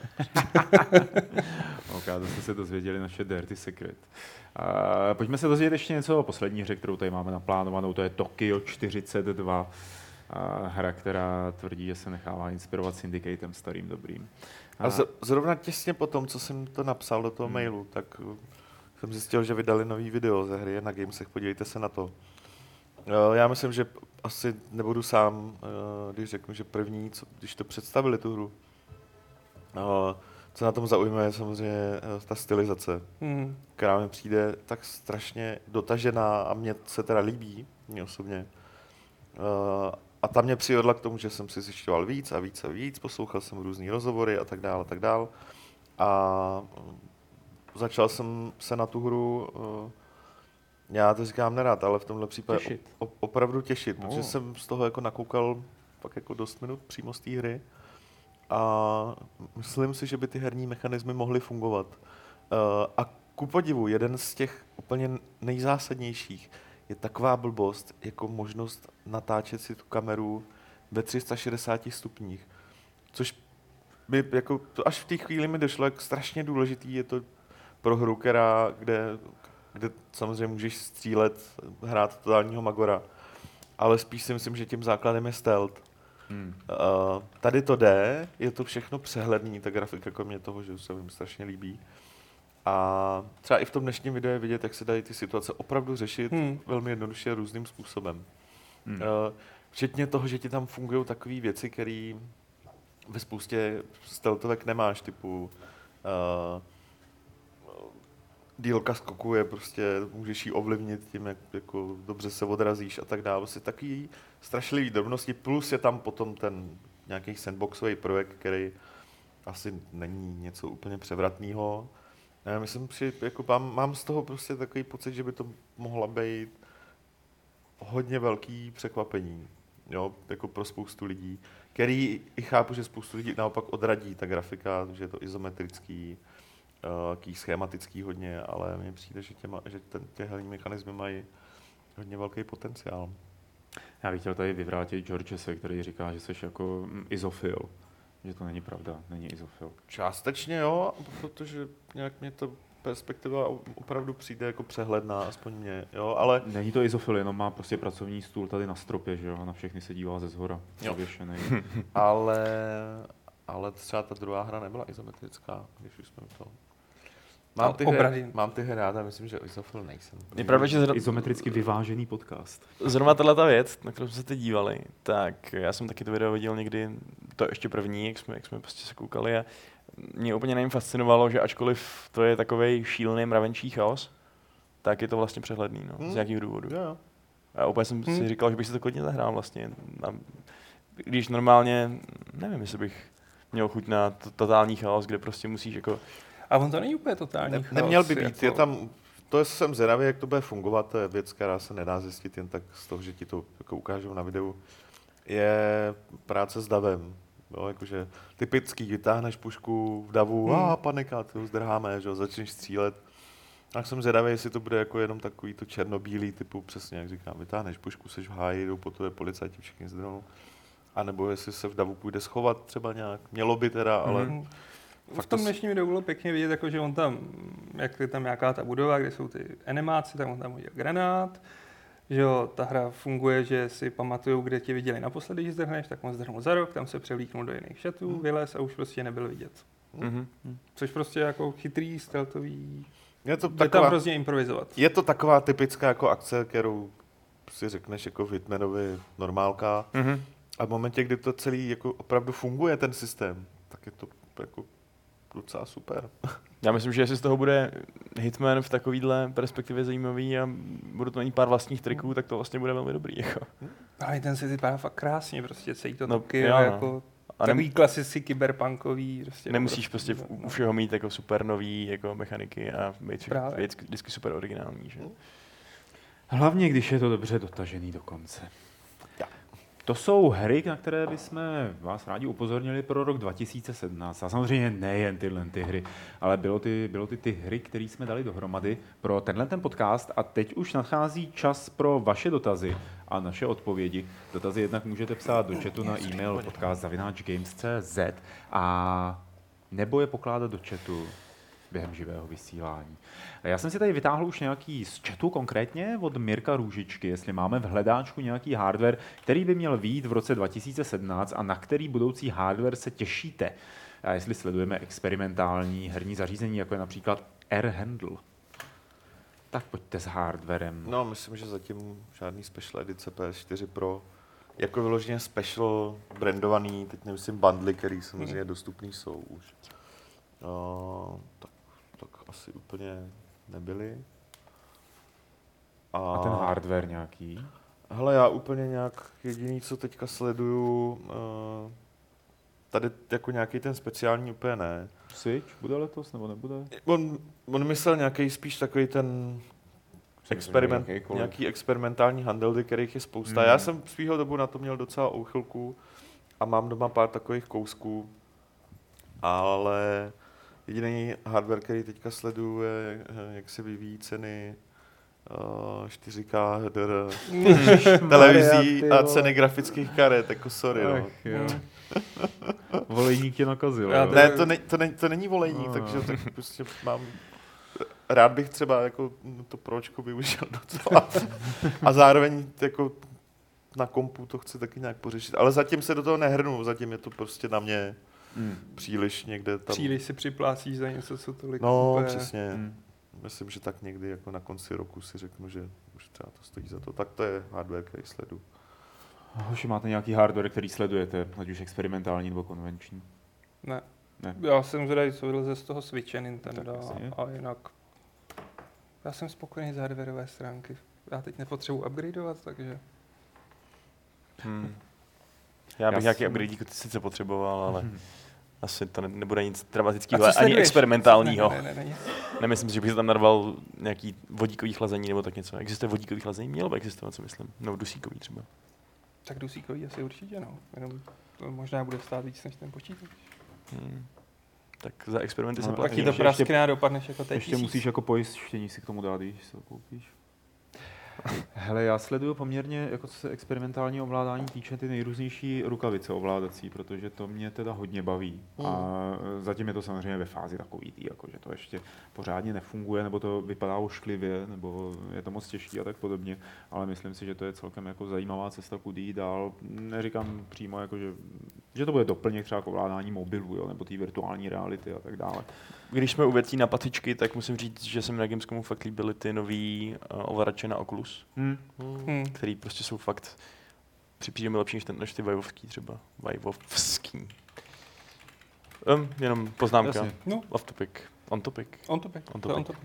Ok, to jste se dozvěděli naše Dirty Secret. Uh, pojďme se dozvědět ještě něco o poslední hře, kterou tady máme naplánovanou, to je Tokyo čtyřicet dva. Uh, hra, která tvrdí, že se nechává inspirovat Syndicatem starým dobrým. A z, zrovna těsně po tom, co jsem to napsal do toho Hmm. mailu, tak uh, jsem zjistil, že vydali nový video ze hry na Gamesech, podívejte se na to. Uh, já myslím, že asi nebudu sám, uh, když řeknu, že první, co, když to představili tu hru, uh, co na tom zaujme, je samozřejmě uh, ta stylizace, Hmm. která mi přijde tak strašně dotažená a mně se teda líbí, mě osobně. Uh, a ta mě přivedla k tomu, že jsem si zjišťoval víc a víc a víc, poslouchal jsem různý rozhovory a tak dále a tak dále. A začal jsem se na tu hru, uh, já to říkám nerad, ale v tomhle případě Těšit. o, opravdu těšit, No. protože jsem z toho jako nakoukal pak jako dost minut přímo z té hry. A myslím si, že by ty herní mechanismy mohly fungovat. Uh, a ku podivu, jeden z těch úplně nejzásadnějších je taková blbost, jako možnost natáčet si tu kameru ve tři sta šedesáti stupních. Což by jako, to až v té chvíli mi došlo, jak strašně důležitý je to pro hru, která, kde, kde samozřejmě můžeš střílet, hrát totálního magora. Ale spíš si myslím, že tím základem je stealth. Hmm. Uh, tady to jde, je to všechno přehledný, ta grafika kromě toho, že se mi strašně líbí. A třeba i v tom dnešním videu je vidět, jak se dají ty situace opravdu řešit Hmm. velmi jednoduše a různým způsobem. Hmm. Uh, včetně toho, že ti tam fungují takové věci, které ve spoustě stealthovek nemáš, typu uh, dílka skoku je prostě, můžeš ji ovlivnit tím, jak jako dobře se odrazíš a tak dále. Prostě takový strašlivý drobnosti, plus je tam potom ten nějaký sandboxový projekt, který asi není něco úplně převratného. Já myslím, že jako mám, mám z toho prostě takový pocit, že by to mohla být hodně velký překvapení, jo, jako pro spoustu lidí, který i chápu, že spoustu lidí naopak odradí ta grafika, že je to izometrický, taký schematický hodně, ale mně přijde, že, těma, že ten, těch herní mechanismy mají hodně velký potenciál. Já bych chtěl tady vyvrátit Georgese, který říká, že jsi jako mm, izofil. Že to není pravda, není izofil. Částečně jo, protože nějak mě to perspektiva opravdu přijde jako přehledná, aspoň mě, jo, ale... Není to izofil, jenom má prostě pracovní stůl tady na stropě, že jo, a na všechny se dívá ze zhora, zavěšený. ale, ale třeba ta druhá hra nebyla izometrická, když už jsme to... Mám ty, obrady. hry, mám ty hry rád a myslím, že Isofil nejsem. Je pravda, že zro... Izometricky vyvážený podcast. zrovna tato věc, na kterou jsme se teď dívali, tak já jsem taky to video viděl někdy, to ještě první, jak jsme, jak jsme prostě se koukali a mě úplně nevím fascinovalo, že ačkoliv to je takovej šílený mravenčí chaos, tak je to vlastně přehledný, no, Hmm. z nějakých důvodů. Jo, jo. A úplně jsem Hmm. si říkal, že bych si to klidně zahrál vlastně. A když normálně, nevím, jestli bych měl chuť na to, totální chaos, kde prostě musíš jako... A on to není úplně totální Ne, chaos, neměl by být, jako... je tam, to jsem zvědavý, jak to bude fungovat, to je věc, která se nedá zjistit jen tak z toho, že ti to jako ukážou na videu, je práce s davem. Jo, jakože typický, vytáhneš pušku v davu, Hmm. a panika, ty ho zdrháme, že jo, začneš střílet. Tak jsem zvědavý, jestli to bude jako jenom takový to černobílý typu, přesně jak říkám, vytáhneš pušku, seš v háji, jdou po tobě policajti, všichni zdrhnou. A nebo jestli se v davu půjde schovat třeba nějak, mělo by teda, ale... Mhm. Fakt V tom to s- dnešním videu bylo pěkně vidět, jako, že on tam, jak je tam nějaká ta budova, kde jsou ty enemáci, tak on tam hodil granát, že jo, ta hra funguje, že si pamatujou, kde tě viděli naposledy, když zdrhneš, tak on zdrhnul za rok, tam se převlíknul do jiných šatů, Hmm. vylez a už prostě nebyl vidět. Mhm. Což prostě je jako chytrý, stealthový, Je to jde tam taková, hrozně improvizovat. je to taková typická jako akce, kterou si řekneš jako v Hitmanovi normálka. Mhm. A v momentě, kdy to celý jako opravdu funguje, ten systém, tak je to jako docela super. Já myslím, že jestli z toho bude Hitman v takovýhle perspektivě zajímavý a budou to mít pár vlastních triků, tak to vlastně bude velmi dobrý. Jako. Ale ten si vypadá fakt krásně, prostě celý to No, Tokio, jo, no. jako A takový nem, klasici kyberpunkový. Prostě nemusíš prostě no, u všeho mít jako super nový jako mechaniky a být Právě. vždycky, vždycky super originální. Že? Hlavně, když je to dobře dotažený do konce. To jsou hry, na které bychom vás rádi upozornili pro rok dva tisíce sedmnáct. A samozřejmě nejen tyhle ty hry, ale bylo ty, bylo ty, ty hry, které jsme dali dohromady pro tenhle ten podcast. A teď už nadchází čas pro vaše dotazy a naše odpovědi. Dotazy jednak můžete psát do chatu na e-mail podcast zavináč games tečka cz a nebo je pokládat do chatu během živého vysílání. Já jsem si tady vytáhl už nějaký z chatu konkrétně od Mirka Růžičky, jestli máme v hledáčku nějaký hardware, který by měl vyjít v roce dva tisíce sedmnáct a na který budoucí hardware se těšíte. A jestli sledujeme experimentální herní zařízení, jako je například R-Handle. Tak pojďte s hardwarem. No, myslím, že zatím žádný special edice P S čtyři Pro. Jako vyloženě special brandovaný, teď nemyslím bundly, který samozřejmě dostupný jsou už. Uh, tak, tak asi úplně nebyly. A ten hardware nějaký? Hele, já úplně nějak jediný, co teďka sleduju, uh, tady jako nějaký ten speciální úplně ne. Switch? Bude letos nebo nebude? On, on myslel nějaký spíš takový ten experiment, jakýkoliv. nějaký experimentální handheldy, kterých je spousta. Mm. Já jsem svýho dobu na to měl docela úchylku a mám doma pár takových kousků, ale jediný hardware, který teďka sleduju, je, jak se vyvíjí ceny uh, čtyři ká H D R, televizí a ceny grafických karet, jako sorry, no. Ach, jo. Volejník tě nakazil. Já jo. to- Ne, to, ne, to, ne, to není volejník, No. takže tak prostě mám... Rád bych třeba jako to pročko využil docela. A zároveň jako na kompu to chci taky nějak pořešit. Ale zatím se do toho nehrnu, zatím je to prostě na mě Hmm. příliš někde tam... Příliš si připlácíš za něco, co tolik No, kupuje. přesně. Hmm. Myslím, že tak někdy jako na konci roku si řeknu, že už třeba to stojí za to. Tak to je hardware, který sledu. Hoši, máte nějaký hardware, který sledujete, ať už experimentální nebo konvenční? Ne. Ne. Já jsem zvědavý, co vyleze z toho Switche Nintendo, Tak jasně. a jinak já jsem spokojený z hardwareové stránky. Já teď nepotřebuji upgradeovat, takže Hmm. Já bych Já nějaký jsem- upgrade sice potřeboval, ale Hmm. asi to ne, nebude nic dramatického, A co ani sleduješ? experimentálního. Ne, ne, ne, ne. Nemyslím si, že bych se tam narval nějaký vodíkový chlazení nebo tak něco. Existuje vodíkový chlazení? Mělo by existovat, co myslím. Nebo dusíkový třeba. Tak dusíkový asi určitě, no. Jenom to možná bude stát víc než ten počítač. Hmm. Tak za experimenty No, se tak Pak platí. ti to ještě- praskne a dopadneš jako teď. Ještě musíš jako pojištění si k tomu dát, když se to koupíš. Hele, já sleduju poměrně, jako co se experimentální ovládání týče, ty nejrůznější rukavice ovládací, protože to mě teda hodně baví. A zatím je to samozřejmě ve fázi takový tý, jako že to ještě pořádně nefunguje, nebo to vypadá ošklivě, nebo je to moc těžký a tak podobně, ale myslím si, že to je celkem jako zajímavá cesta, kudy jít dál. Neříkám přímo, jako, že Že to bude doplněk třeba k ovládání mobilu, jo, nebo té virtuální reality a tak dále. Když jsme u věcí na patičky, tak musím říct, že se mi na Gamescomu fakt líbily ty nový uh, ovladače na Oculus, Hmm. Hmm. který prostě jsou fakt přijde mi lepší než, ten, než ty Vivovský třeba. Vivovský. Um, jenom poznámka. Jasně. No, Off topic. On topic. on topic. On To je on topic. topic.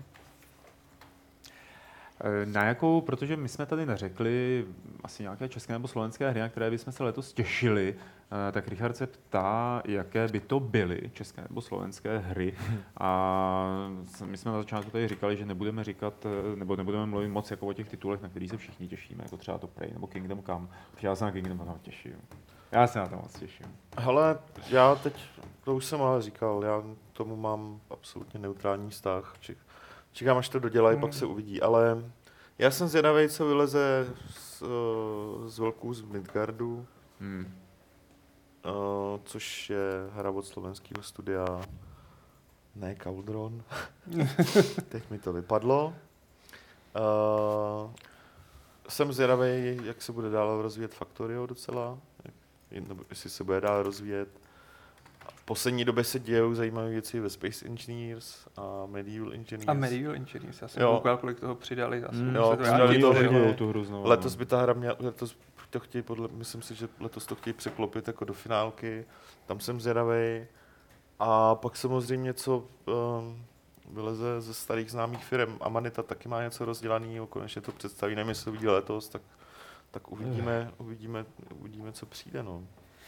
Na jakou, protože my jsme tady neřekli asi nějaké české nebo slovenské hry, na které bychom se letos těšili, tak Richard se ptá, jaké by to byly české nebo slovenské hry. A my jsme na začátku tady říkali, že nebudeme říkat, nebo nebudeme mluvit moc jako o těch titulech, na kterých se všichni těšíme, jako třeba to Prey nebo Kingdom Come, protože já se na Kingdom Come těším. Já se na to moc těším. Hele, já teď, to už jsem ale říkal, já tomu mám absolutně neutrální vztah. Ček, čekám, až to dodělají, Hmm. pak se uvidí, ale já jsem zvědavý, co vyleze z, z velků z Midgardu, Hmm. uh, což je hra od slovenského studia, ne Cauldron, teď mi to vypadlo. Uh, jsem zvědavý, jak se bude dál rozvíjet Factorio docela, jak, nebo jestli se bude dál rozvíjet. V poslední době se dějou zajímavé věci ve Space Engineers a Medieval Engineers. A Medieval Engineers, já jsem Jo. koukal, kolik toho přidali. Zase Hmm. se Jo, to přidali vrátí, to že jo. hodně. tu hru znovu. Letos by ta hra měla, letos to chtějí podle, myslím si, že letos to chtějí překlopit jako do finálky, tam jsem zvědavej. A pak samozřejmě, co um, vyleze ze starých známých firm, Amanita taky má něco rozdělaného, konečně to představí, nevím, jestli to uvidí letos, tak, tak uvidíme, uvidíme, uvidíme, co přijde, no.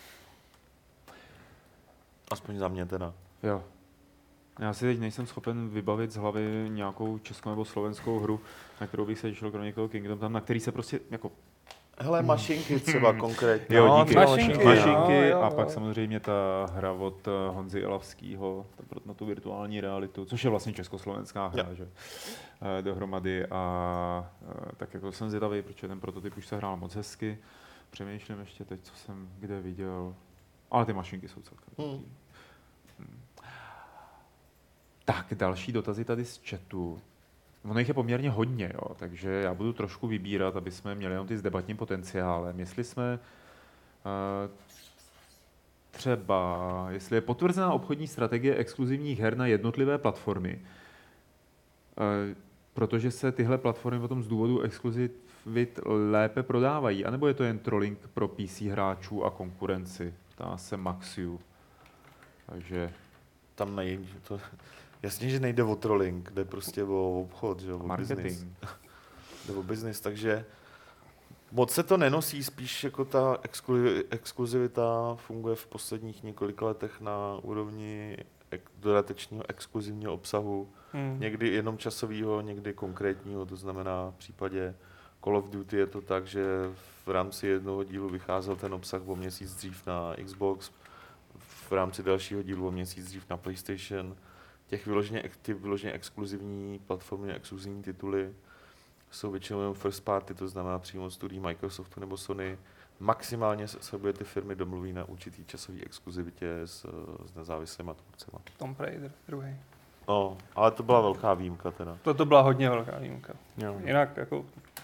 Aspoň za mě teda. Jo. Já si teď nejsem schopen vybavit z hlavy nějakou českou nebo slovenskou hru, na kterou bych se těšil kromě toho Kingdom tam, na který se prostě jako Hele, mašinky třeba konkrétně. Jo, No, díky. mašinky, mašinky jo, jo, a jo. pak samozřejmě ta hra od eh, Honzy Elavskýho ta- na tu virtuální realitu, což je vlastně československá hra, Jo. že? Eh, dohromady a eh, tak jako jsem zvědavý, protože ten prototyp už se hrál moc hezky. Přemýšlím ještě teď, co jsem kde viděl, ale ty mašinky jsou celkem Hmm. dobrý. Hmm. Tak, další dotazy tady z chatu. Ono jich je poměrně hodně, jo, takže já budu trošku vybírat, aby jsme měli jenom ty s debatním potenciálem. Jestli jsme uh, třeba, jestli je potvrzená obchodní strategie exkluzivních her na jednotlivé platformy, uh, protože se tyhle platformy potom z důvodu exkluzivit lépe prodávají, anebo je to jen trolling pro P C hráčů a konkurenci? Ptá se Maxiu. Takže Tam nejde, to, jasně, že nejde o trolling, jde prostě o obchod, že? O marketing. business. Jde o business, takže moc se to nenosí, spíš jako ta exklu- exkluzivita funguje v posledních několika letech na úrovni ek- dodatečního exkluzivního obsahu, Hmm. někdy jenom časového, někdy konkrétního, to znamená v případě Call of Duty je to tak, že v rámci jednoho dílu vycházel ten obsah o měsíc dřív na Xbox, v rámci dalšího dílu o měsíc dřív na PlayStation. Těch vyloženě, ty vyloženě exkluzivní platformy, exkluzivní tituly jsou většinou jenom first party, to znamená přímo studií Microsoftu nebo Sony. Maximálně se se obě ty firmy domluví na určitý časový exkluzivitě s, s nezávislýma tvůrcema. Tomb Raider, druhý. No, ale to byla velká výjimka teda. Toto byla hodně velká výjimka. Jo. Jinak jako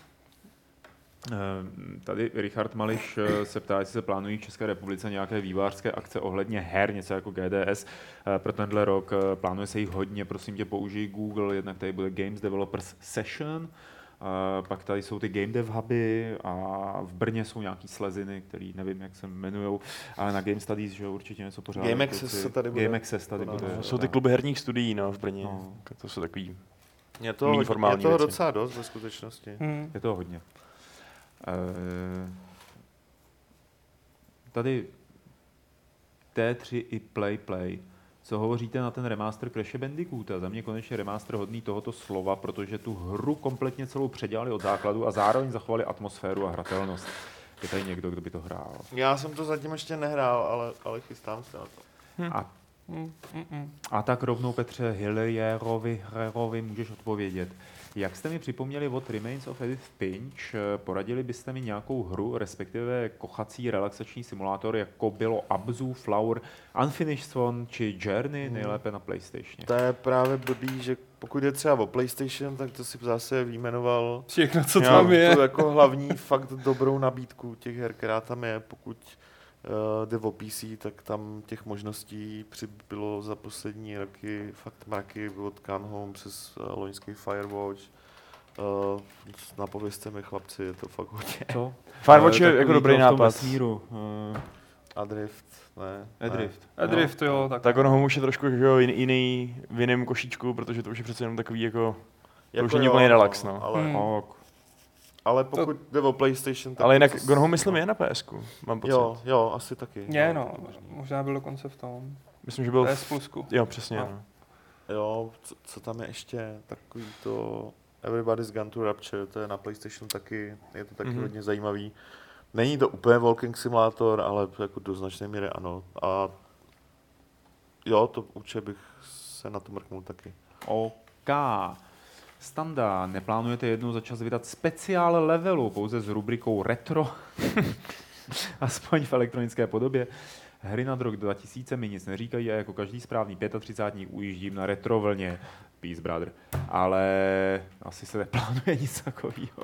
Eh, Tady Richard Mališ eh, se ptá, jestli se plánují v České republice nějaké vývojářské akce ohledně her, něco jako G D S. Eh, Pro tenhle rok eh, plánuje se jich hodně, prosím tě, použij Google, jednak tady bude Games Developers Session, eh, pak tady jsou ty Game Dev Huby a v Brně jsou nějaký sleziny, který nevím, jak se jmenujou, ale na Game Studies, že jo, určitě něco pořád. Game Access se tady bude Game Access tady konat. bude. No, Jsou ty kluby herních studií, no, v Brně. No. To jsou takový. Je to, Méně je formální toho věci. docela dost ve skutečnosti. hmm. Je to hodně. Eh, Tady T tři i Play Play. Co hovoříte na ten remaster Crash Bandicoota? Za mě konečně remaster hodný tohoto slova, protože tu hru kompletně celou předělali od základu a zároveň zachovali atmosféru a hratelnost. Je tady někdo, kdo by to hrál? Já jsem to zatím ještě nehrál, ale, ale chystám se na to. A, Hmm. Hmm. Hmm. a tak rovnou Petře Hiljerovi Hrerovi můžeš odpovědět. Jak jste mi připomněli od Remains of Edith Finch, poradili byste mi nějakou hru, respektive kochací relaxační simulátor, jako bylo Abzu, Flower, Unfinished Swan či Journey, nejlépe na PlayStation? To je právě blbý, že pokud je třeba o PlayStation, tak to si zase výjmenoval Všechno, co Já tam je. tu jako hlavní fakt dobrou nabídku těch her, která tam je, pokud uh, jde o P C, tak tam těch možností přibylo za poslední roky fakt mraky od Gone Home přes uh, loňský Firewatch. Uh, napovězte mi, chlapci, je to fakt hodně. Co? Firewatch je Takový jako to dobrý v tom nápad. vesmíru. Uh, Adrift, ne. Adrift. Adrift, jo, tak. Tak ono už je trošku že jo, jiný, jiný v jiném košíčku, protože to už je přece jenom takový jako... To už není úplný relax, no. Ale, Hmm. Ok. ale pokud jde o PlayStation, tak... Ale jinak to- Gone Home, myslím, je na PSku, mám pocit. Jo, jo, asi taky. Je, no, možná byl dokonce v tom. Myslím, že byl... P V... S Plusku. Jo, přesně, No. no. Jo, co, co tam je ještě, takový to Everybody's Gone to Rapture, to je na PlayStation taky, je to taky Mhm. mm-hmm. hodně zajímavý. Není to úplně walking simulator, ale jako do značné míry ano. A jo, to určitě bych se na to mrknul taky. OK. Standa, neplánujete jednou za čas vydat speciál levelu pouze s rubrikou retro? Aspoň v elektronické podobě. Hry nad rok dva tisíce mi nic neříkají a jako každý správný třicátník ujíždím na retro vlně. Peace, brother. Ale asi se neplánuje nic takového.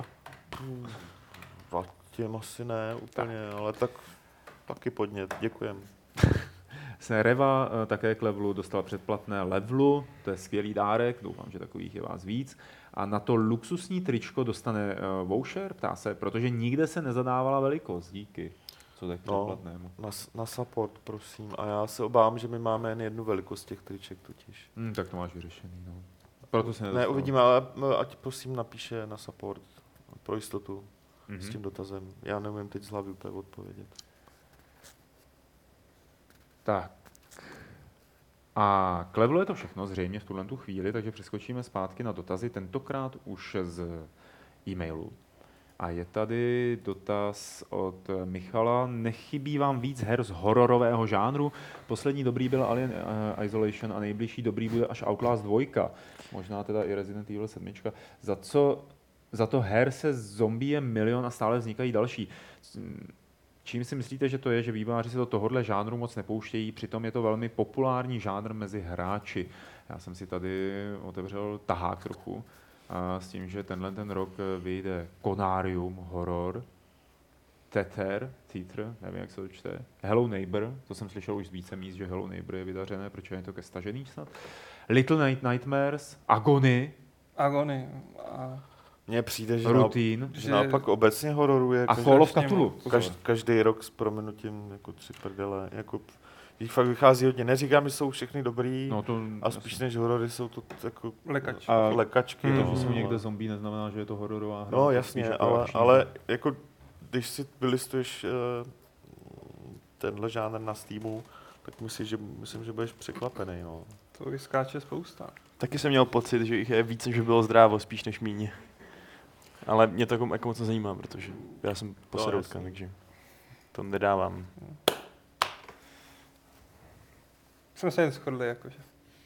Zatím asi ne úplně, tak. ale tak taky podnět, děkujem. Se Reva eh, také k levelu dostal předplatné levelu, to je skvělý dárek, doufám, že takových je vás víc. A na to luxusní tričko dostane uh, voucher, ptá se, protože nikde se nezadávala velikost, díky. Co tak No. předplatnému? Na, s- na support, prosím. A já se obávám, že my máme jen jednu velikost těch triček totiž. Hmm, tak to máš vyřešený, no. Proto se Ne, nedostalo. uvidíme, ale m, ať prosím napíše na support pro jistotu Mhm. s tím dotazem. Já neumím teď z hlavy úplně odpovědět. Tak. A k levelu je to všechno zřejmě v tuhle tu chvíli, takže přeskočíme zpátky na dotazy, tentokrát už z e-mailu. A je tady dotaz od Michala. Nechybí vám víc her z hororového žánru? Poslední dobrý byl Alien uh, Isolation a nejbližší dobrý bude až Outlast dva. Možná teda i Resident Evil sedm. Za co za to her se zombie je milion a stále vznikají další. Čím si myslíte, že to je, že vývojáři se do tohohle žánru moc nepouštějí, přitom je to velmi populární žánr mezi hráči. Já jsem si tady otevřel tahák trochu a s tím, že tenhle ten rok vyjde Conarium horor, Tether, Tether, nevím, jak se to čte, Hello Neighbor, to jsem slyšel už z více míst, že Hello Neighbor je vydařené, protože je to ke stažený snad, Little Night Nightmares, Agony, Agony. A Mně přijde, že, Routine naop- že že- naopak obecně hororů je a každý, Call of strašně Cthulhu. moc. každý, každý rok s prominutím jako tři prdele. Jako, jich fakt vychází hodně. Neříkám, že jsou všechny dobrý, No to a spíš než horory jsou to t- jako Lekač. A lekačky. to, no, že jsou ale- někde zombie, neznamená, že je to hororová hra. No to je jasně, spíš jako ale, akční ale hra. jako když si vylistuješ uh, tenhle žánr na Steamu, tak myslím, že, myslím, že budeš překvapený. No. To vyskáče spousta. Taky jsem měl pocit, že jich je víc, že bylo zdrávo, spíš než míň. Ale mě to jako, jako moc nezajímá, protože já jsem poseroutka, jasně. takže to nedávám. Jsme se jen shodli, jakože.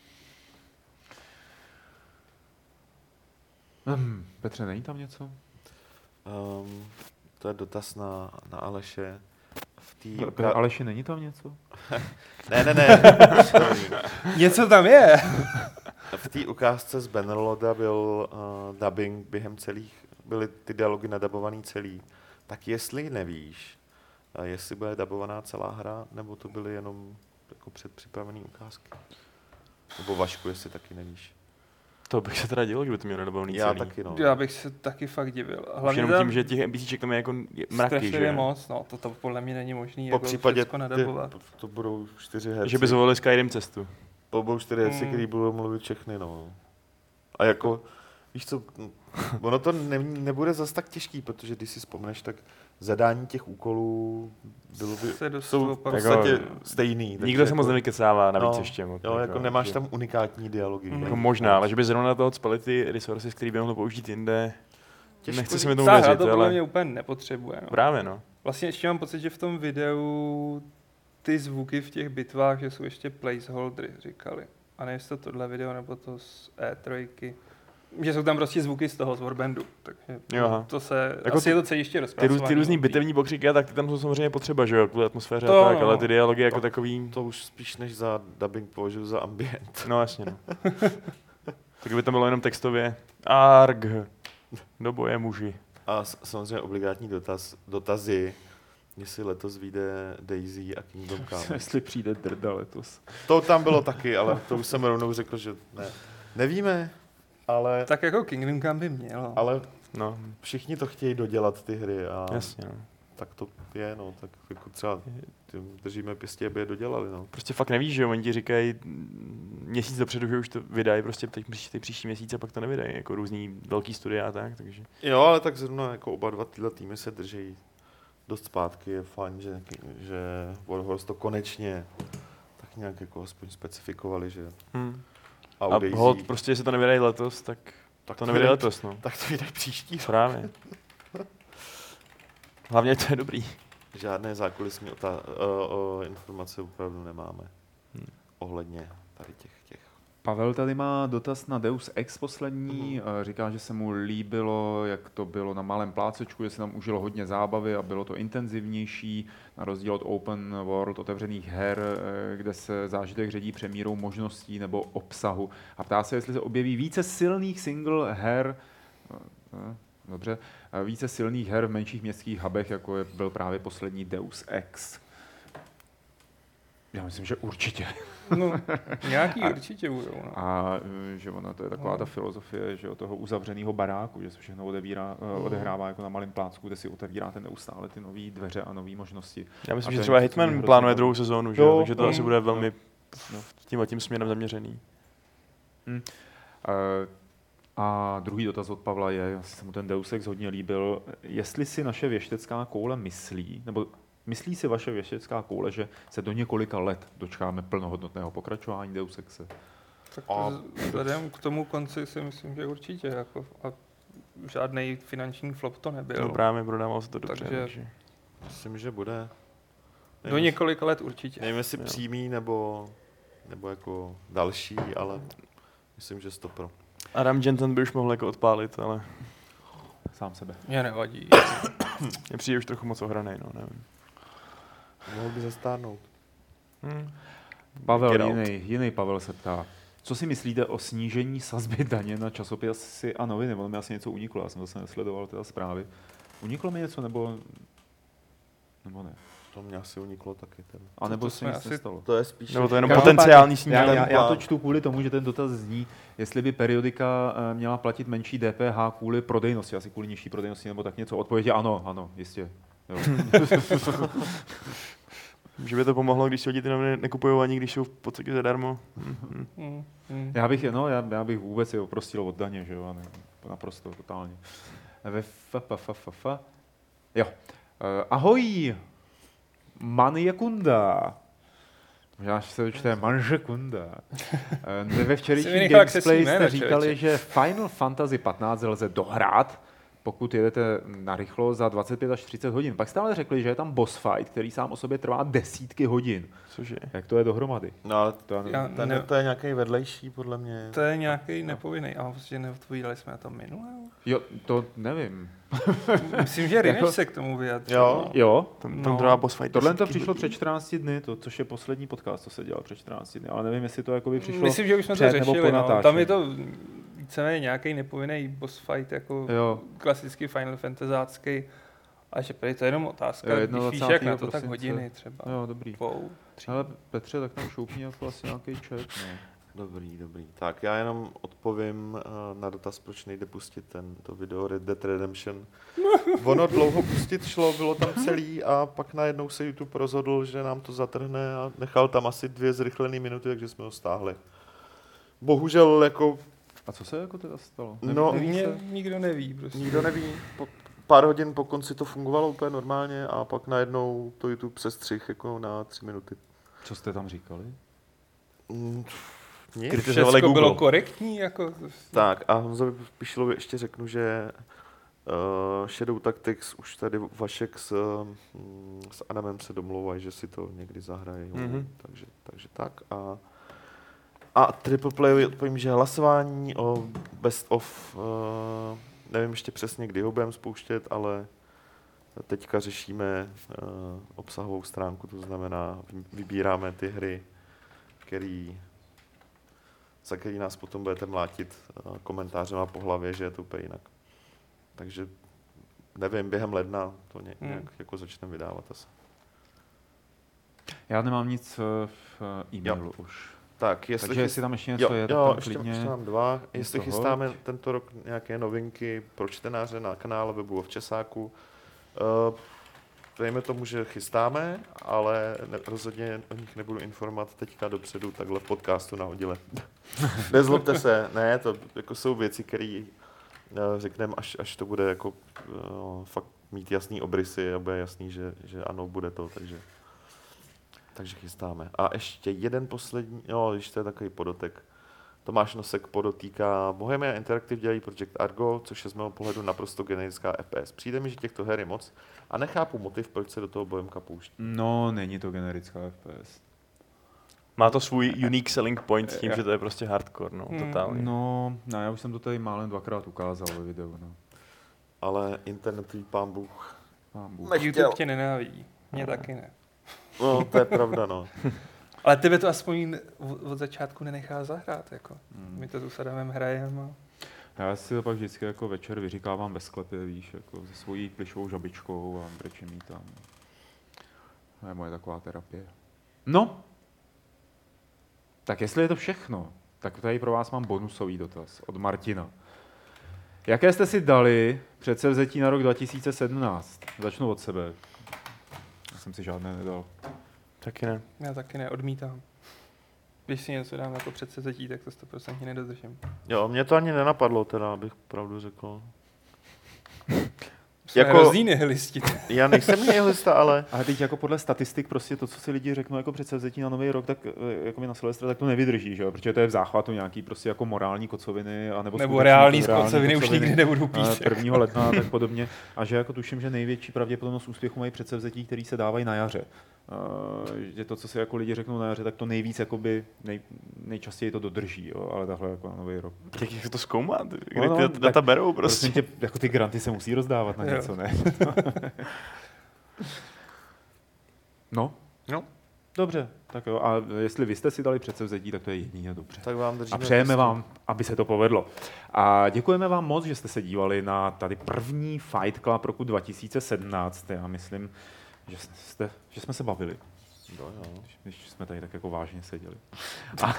Hmm, Petře, není tam něco? Um, to je dotaz na, na Aleše. V tý No, uka- Aleši, není tam něco? Ne, ne, ne. Něco tam je! V té ukázce z Bannerloda byl uh, dubbing během celých, byly ty dialogy nadabovaný celý. Tak jestli nevíš, uh, jestli bude dabovaná celá hra, nebo to byly jenom jako předpřipravené ukázky. Nebo Vašku, jestli taky nevíš. To bych se teda dělal, kdyby to mělo nedobavný Já celý. taky, no. Já bych se taky fakt divil. Už Hlavně jenom tam tím, že těch NPCček tam je jako je- mraky, strašlivě že? moc, no, to, to podle mě není možný Po jako případě všecko ty, nadabovat. to budou čtyři herci. Že by zvolili Skyrim cestu. To budou čtyři herci, Hmm. který budou mluvit všechny, no. A jako, víš co, ono to ne, nebude zas tak těžký, protože když si vzpomeneš, tak zadání těch úkolů bylo by, Se dost jsou v opakuje. podstatě Jako, stejný. takže Nikdo se moc jako, nevykecává navíc no, ještě. Moc, Jo, jako nemáš že- tam unikátní dialogy. Mhm. ne? Jako možná, ale že by zrovna toho cpali ty resources, který by mohlo použít jinde, Těžko nechci říct. si mi tomu Ta hra věřit, to podle ale mě úplně nepotřebuje. No. právě no. Vlastně ještě mám pocit, že v tom videu ty zvuky v těch bitvách, že jsou ještě placeholdery, říkali. A nevím, jestli to tohle video, nebo to z E tři. Že jsou tam prostě zvuky z toho, z Warbandu. Takže Jo, aha. to se, Jako asi ty- je to celý ještě Ty, rozpracovaný. růz, ty různý no. bitevní pokřiky, tak ty tam jsou samozřejmě potřeba, že jo, kvůli atmosféře To a tak, no. ale ty dialogy jako To- takový, To už spíš než za dubbing považuji za ambient. no jasně no. Tak kdyby tam bylo jenom textově, arg, do boje muži. A s- samozřejmě obligátní dotaz, dotazy. jestli letos vyjde Daisy a Kingdom Come. Jestli přijde Drda letos. To tam bylo taky, ale to už jsem rovnou řekl, že ne. Nevíme, ale, Tak jako Kingdom Come by mělo. ale No, všichni to chtějí dodělat ty hry a jasně, no. tak to je, no, tak jako třeba tím držíme pěstí, aby je dodělali, no. Prostě fakt nevíš, že jo, oni ti říkají mm, měsíc dopředu, že už to vydají, prostě teď příští, příští měsíc a pak to nevydají, jako různý velký studia a tak, takže. Jo, ale tak zrovna jako oba dva tyhle týmy se drží dost zpátky, je fajn, že, že Warhorse to konečně tak nějak jako aspoň specifikovali, že Hmm. a, A u Daisy, hold, prostě jestli to nevydají letos, tak tak to nevydají vydají- letos, no. tak to vydají příští rok. Právě. Hlavně to je dobrý. Žádné zákulisní otá- o, o, informace opravdu nemáme Hmm. ohledně tady těch, těch. Pavel tady má dotaz na Deus Ex poslední. Mm. Říká, že se mu líbilo, jak to bylo na malém plácečku, že se tam užilo hodně zábavy a bylo to intenzivnější, na rozdíl od open world otevřených her, eh, kde se zážitek ředí přemírou možností nebo obsahu. A ptá se, jestli se objeví více silných single her, eh, dobře, eh, více silných her v menších městských hubech, jako je, byl právě poslední Deus Ex. Já myslím, že určitě. No, nějaký A- určitě budou. No. A e, že ono to je taková No. ta filozofie, že od toho uzavřeného baráku, že se všechno odebírá, e, odehrává jako na malém plácku, kde si otevíráte neustále ty nové dveře a nové možnosti. Já A myslím, to že je třeba něco, co mě Hitman hrozně plánuje baví. druhou sezónu, že? Jo, Jo, takže to jo, asi bude jo. velmi No. tím a tím směrem zaměřený. E, a druhý dotaz od Pavla je, jestli se mu ten Deus Ex hodně líbil, jestli si naše věštecká koule myslí, nebo myslí si vaše věštecká koule, že se do několika let dočkáme plnohodnotného pokračování Deus Exe? Tak A- z- vzhledem k tomu konci si myslím, že určitě. Jako, a žádný finanční flop to nebyl. No právě prodávalo se to dobře. Takže- Takže... Myslím, že bude. Do Nevím, několika let určitě. nevím, jestli Jo. přímý nebo, nebo jako další, ale myslím, že stopro. Adam Jensen by už mohl jako odpálit, ale Sám sebe. Mě nevadí. mě přijde už trochu moc ohranej, no, nevím. Mohl by zastárnout. Hmm. Pavel, Get out. jiný, jiný Pavel se ptá, co si myslíte o snížení sazby daně na časopisy a noviny? Ono mi asi něco uniklo, já jsem zase nesledoval teda zprávy. Uniklo mi něco, nebo, nebo ne? To mě asi uniklo taky. Ten. A nebo to se jsme nic asi- nestalo? To je spíš... Nebo to je jenom Každopádně- potenciální Já, snížení. já, já to čtu kvůli tomu, že ten dotaz zní, jestli by periodika eh, měla platit menší D P H kvůli prodejnosti, asi kvůli nižší prodejnosti nebo tak něco. Odpověď je ano, ano, jistě. Jo. Že by to pomohlo, když si lidi ty noviny nekupují ani když jsou v podstatě zadarmo. Mhm. Mm, mm. Já bych, no, já, já bych vůbec je oprostil od daně, že jo, a ne, naprosto, totálně. Ve f, f, f, f, f. Jo. Uh, ahoj, Manie Kunda. Možná se to čte Manže Kunda. Uh, ve Jsi mi včerejším nechal, jak se Gamesplay svý jméno, jste říkali, člověče. že Final Fantasy patnáct lze dohrát, pokud jedete narychlo za dvacet pět až třicet hodin. Pak jste ale řekli, že je tam boss fight, který sám o sobě trvá desítky hodin. Cože? Jak to je dohromady? No, ale To já nevím. Já ten, ne, to je nějaký vedlejší, podle mě. to je nějaký nepovinný. A prostě neodpovídali jsme na to minule. Jo, to nevím. Myslím, že Rineš Jako- se k tomu vyjadřil. Jo. Jo, Tam, tam No. trvá boss fight. tohle to desítky přišlo hodin. před čtrnácti dny, to, což je poslední podcast, co se dělal před čtrnácti dny, ale nevím, jestli to jakoby přišlo. Myslím, že už jsme to před nebo po řešili. No. natáčení. Tam je to víceméně nějaký nepovinný boss fight, jako Jo. klasický Final Fantasyácký. A že prý to je jenom otázka, Jo, když víš dvacátého jak na to, tak prosince. hodiny třeba. Jo, dobrý. Dvou, tři. Ale Petře, tak tam šoupni jako asi nějaký chat. No. Dobrý, dobrý. Tak já jenom odpovím uh, na dotaz, proč nejde pustit ten, to video Red Dead Redemption. Ono dlouho pustit šlo, bylo tam celý a pak najednou se YouTube rozhodl, že nám to zatrhne a nechal tam asi dvě zrychlené minuty, takže jsme ho stáhli. Bohužel jako A co se jako teda stalo? No, neví Mě se? nikdo neví. Prostě. nikdo neví. Po pár hodin po konci to fungovalo úplně normálně a pak najednou to YouTube přestřih jako na tři minuty. Co jste tam říkali? Mm, nic. Kritizovali Všechno Google. bylo korektní, jako... Tak a Honzovi Pišilovi ještě řeknu, že uh, Shadow Tactics už tady Vašek s, mm, s Adamem se domlouvají, že si to někdy zahrají. Mhm. Takže, takže tak. A, a Triple Playovi odpovím, že hlasování o Best of, uh, nevím ještě přesně, kdy ho budeme spouštět, ale teďka řešíme uh, obsahovou stránku, to znamená, vy- vybíráme ty hry, který za který nás potom budete mlátit uh, komentářem po hlavě, že je to úplně jinak. Takže nevím, během ledna to ně, Hmm. nějak jako začneme vydávat asi. Já nemám nic eh, v e-mailu už. Tak, jestli Takže chys- jestli tam ještě něco jo, je, tak jo, tam ještě, klidně... ještě mám dva. Jestli toho. chystáme tento rok nějaké novinky pro čtenáře na kanále webu v Česáku, uh, dejme tomu, že chystáme, ale ne, rozhodně o nich nebudu informovat teďka dopředu, takhle v podcastu na hodile. Nezlobte se, ne, to jako jsou věci, které uh, řekneme, až, až to bude jako uh, fakt mít jasný obrysy a bude jasný, že, že ano, bude to, takže... Takže chystáme. A ještě jeden poslední, no, když to je takový podotek. Tomáš Nosek podotýká, Bohemia Interactive dělají Project Argo, což je z mého pohledu naprosto generická F P S. Přijde mi, že těchto her je moc a nechápu motiv, proč se do toho Bohemka pouští. No, není to generická F P S. Má to svůj unique selling point tím, Já- že to je prostě hardcore, no, Hmm. totálně. No, no, já už jsem to tady málem dvakrát ukázal ve videu, no. Ale internetový pán Bůh. Pán Bůh. YouTube tě nenávidí. Mě taky ne. No, to je pravda, no. Ale tebe to aspoň od od začátku nenechá zahrát, jako. Hmm. My to tu s Adamem hrajeme. a- Já si to pak vždycky jako večer vyříkávám ve sklepě, víš, jako se svojí plišovou žabičkou a brečím jí tam. To je moje taková terapie. No, tak jestli je to všechno, tak tady pro vás mám bonusový dotaz od Martina. Jaké jste si dali předsevzetí na rok dva tisíce sedmnáct? Začnu od sebe. Já jsem si žádné nedal. Taky ne. Já taky ne, odmítám. Když si něco dám jako předsevzetí, tak to sto procent nedodržím. Jo, mě to ani nenapadlo, teda, abych pravdu řekl. Jsme Jako- hrozný nihilisti. Já nejsem nihilista, ale Ale teď jako podle statistik prostě to, co si lidi řeknou jako předsevzetí na nový rok, tak eh, jako mi na Silvestra, tak to nevydrží, že jo? Protože to je v záchvatu nějaký prostě jako morální kocoviny a nebo Nebo skutečný reální reální skocoviny už nikdy nebudu pít. eh, prvního ledna a tak podobně. A že jako tuším, že největší pravděpodobnost úspěchu mají předsevzetí, které se dávají na jaře. Uh, že to, co si jako lidi řeknou na jaře, tak to nejvíc jakoby nej, nejčastěji to dodrží, jo? Ale takhle jako na nový rok. Jak jak se to zkoumat? Kde No, no, ty tak data berou Prostě prostě? tě, jako ty granty se musí rozdávat na Jo. něco, ne? No. No. Dobře, tak jo. A jestli vy jste si dali předsevzetí, tak to je jedině dobře. tak vám držíme. A přejeme pěstí. vám, aby se to povedlo. A děkujeme vám moc, že jste se dívali na tady první Fight Club roku dva tisíce sedmnáct. Já myslím, že, jste, že jsme se bavili, Jo, jo. když jsme tady tak jako vážně seděli. A,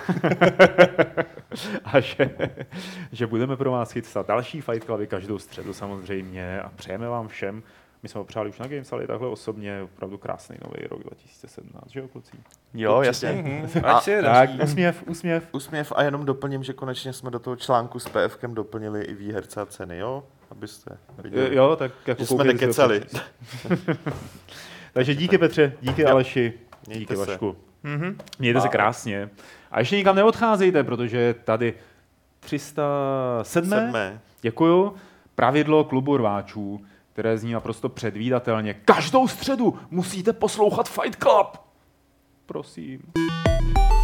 a že, že budeme pro vás chystat další Fight Cluby každou středu samozřejmě a přejeme vám všem, my jsme ho přáli už na Games, ale i takhle osobně opravdu krásný nový rok dva tisíce sedmnáct, že jo, kluci? Jo, Určitě. jasně. Mhm. A- Ať si je Tak, daří. úsměv, úsměv. Úsměv a jenom doplním, že konečně jsme do toho článku s PFkem doplnili i výherce a ceny, jo? Abyste viděli. Jo, tak jako Že jsme koukejte si nekecali. to. Takže díky Petře, díky Jo. Aleši, Mějte díky se. Vašku. Mhm. Mějte se krásně. A ještě nikam neodcházejte, protože tady tři sta sedm. Sedmé. Děkuju. Pravidlo klubu rváčů, které zní naprosto předvídatelně. Každou středu musíte poslouchat Fight Club. Prosím.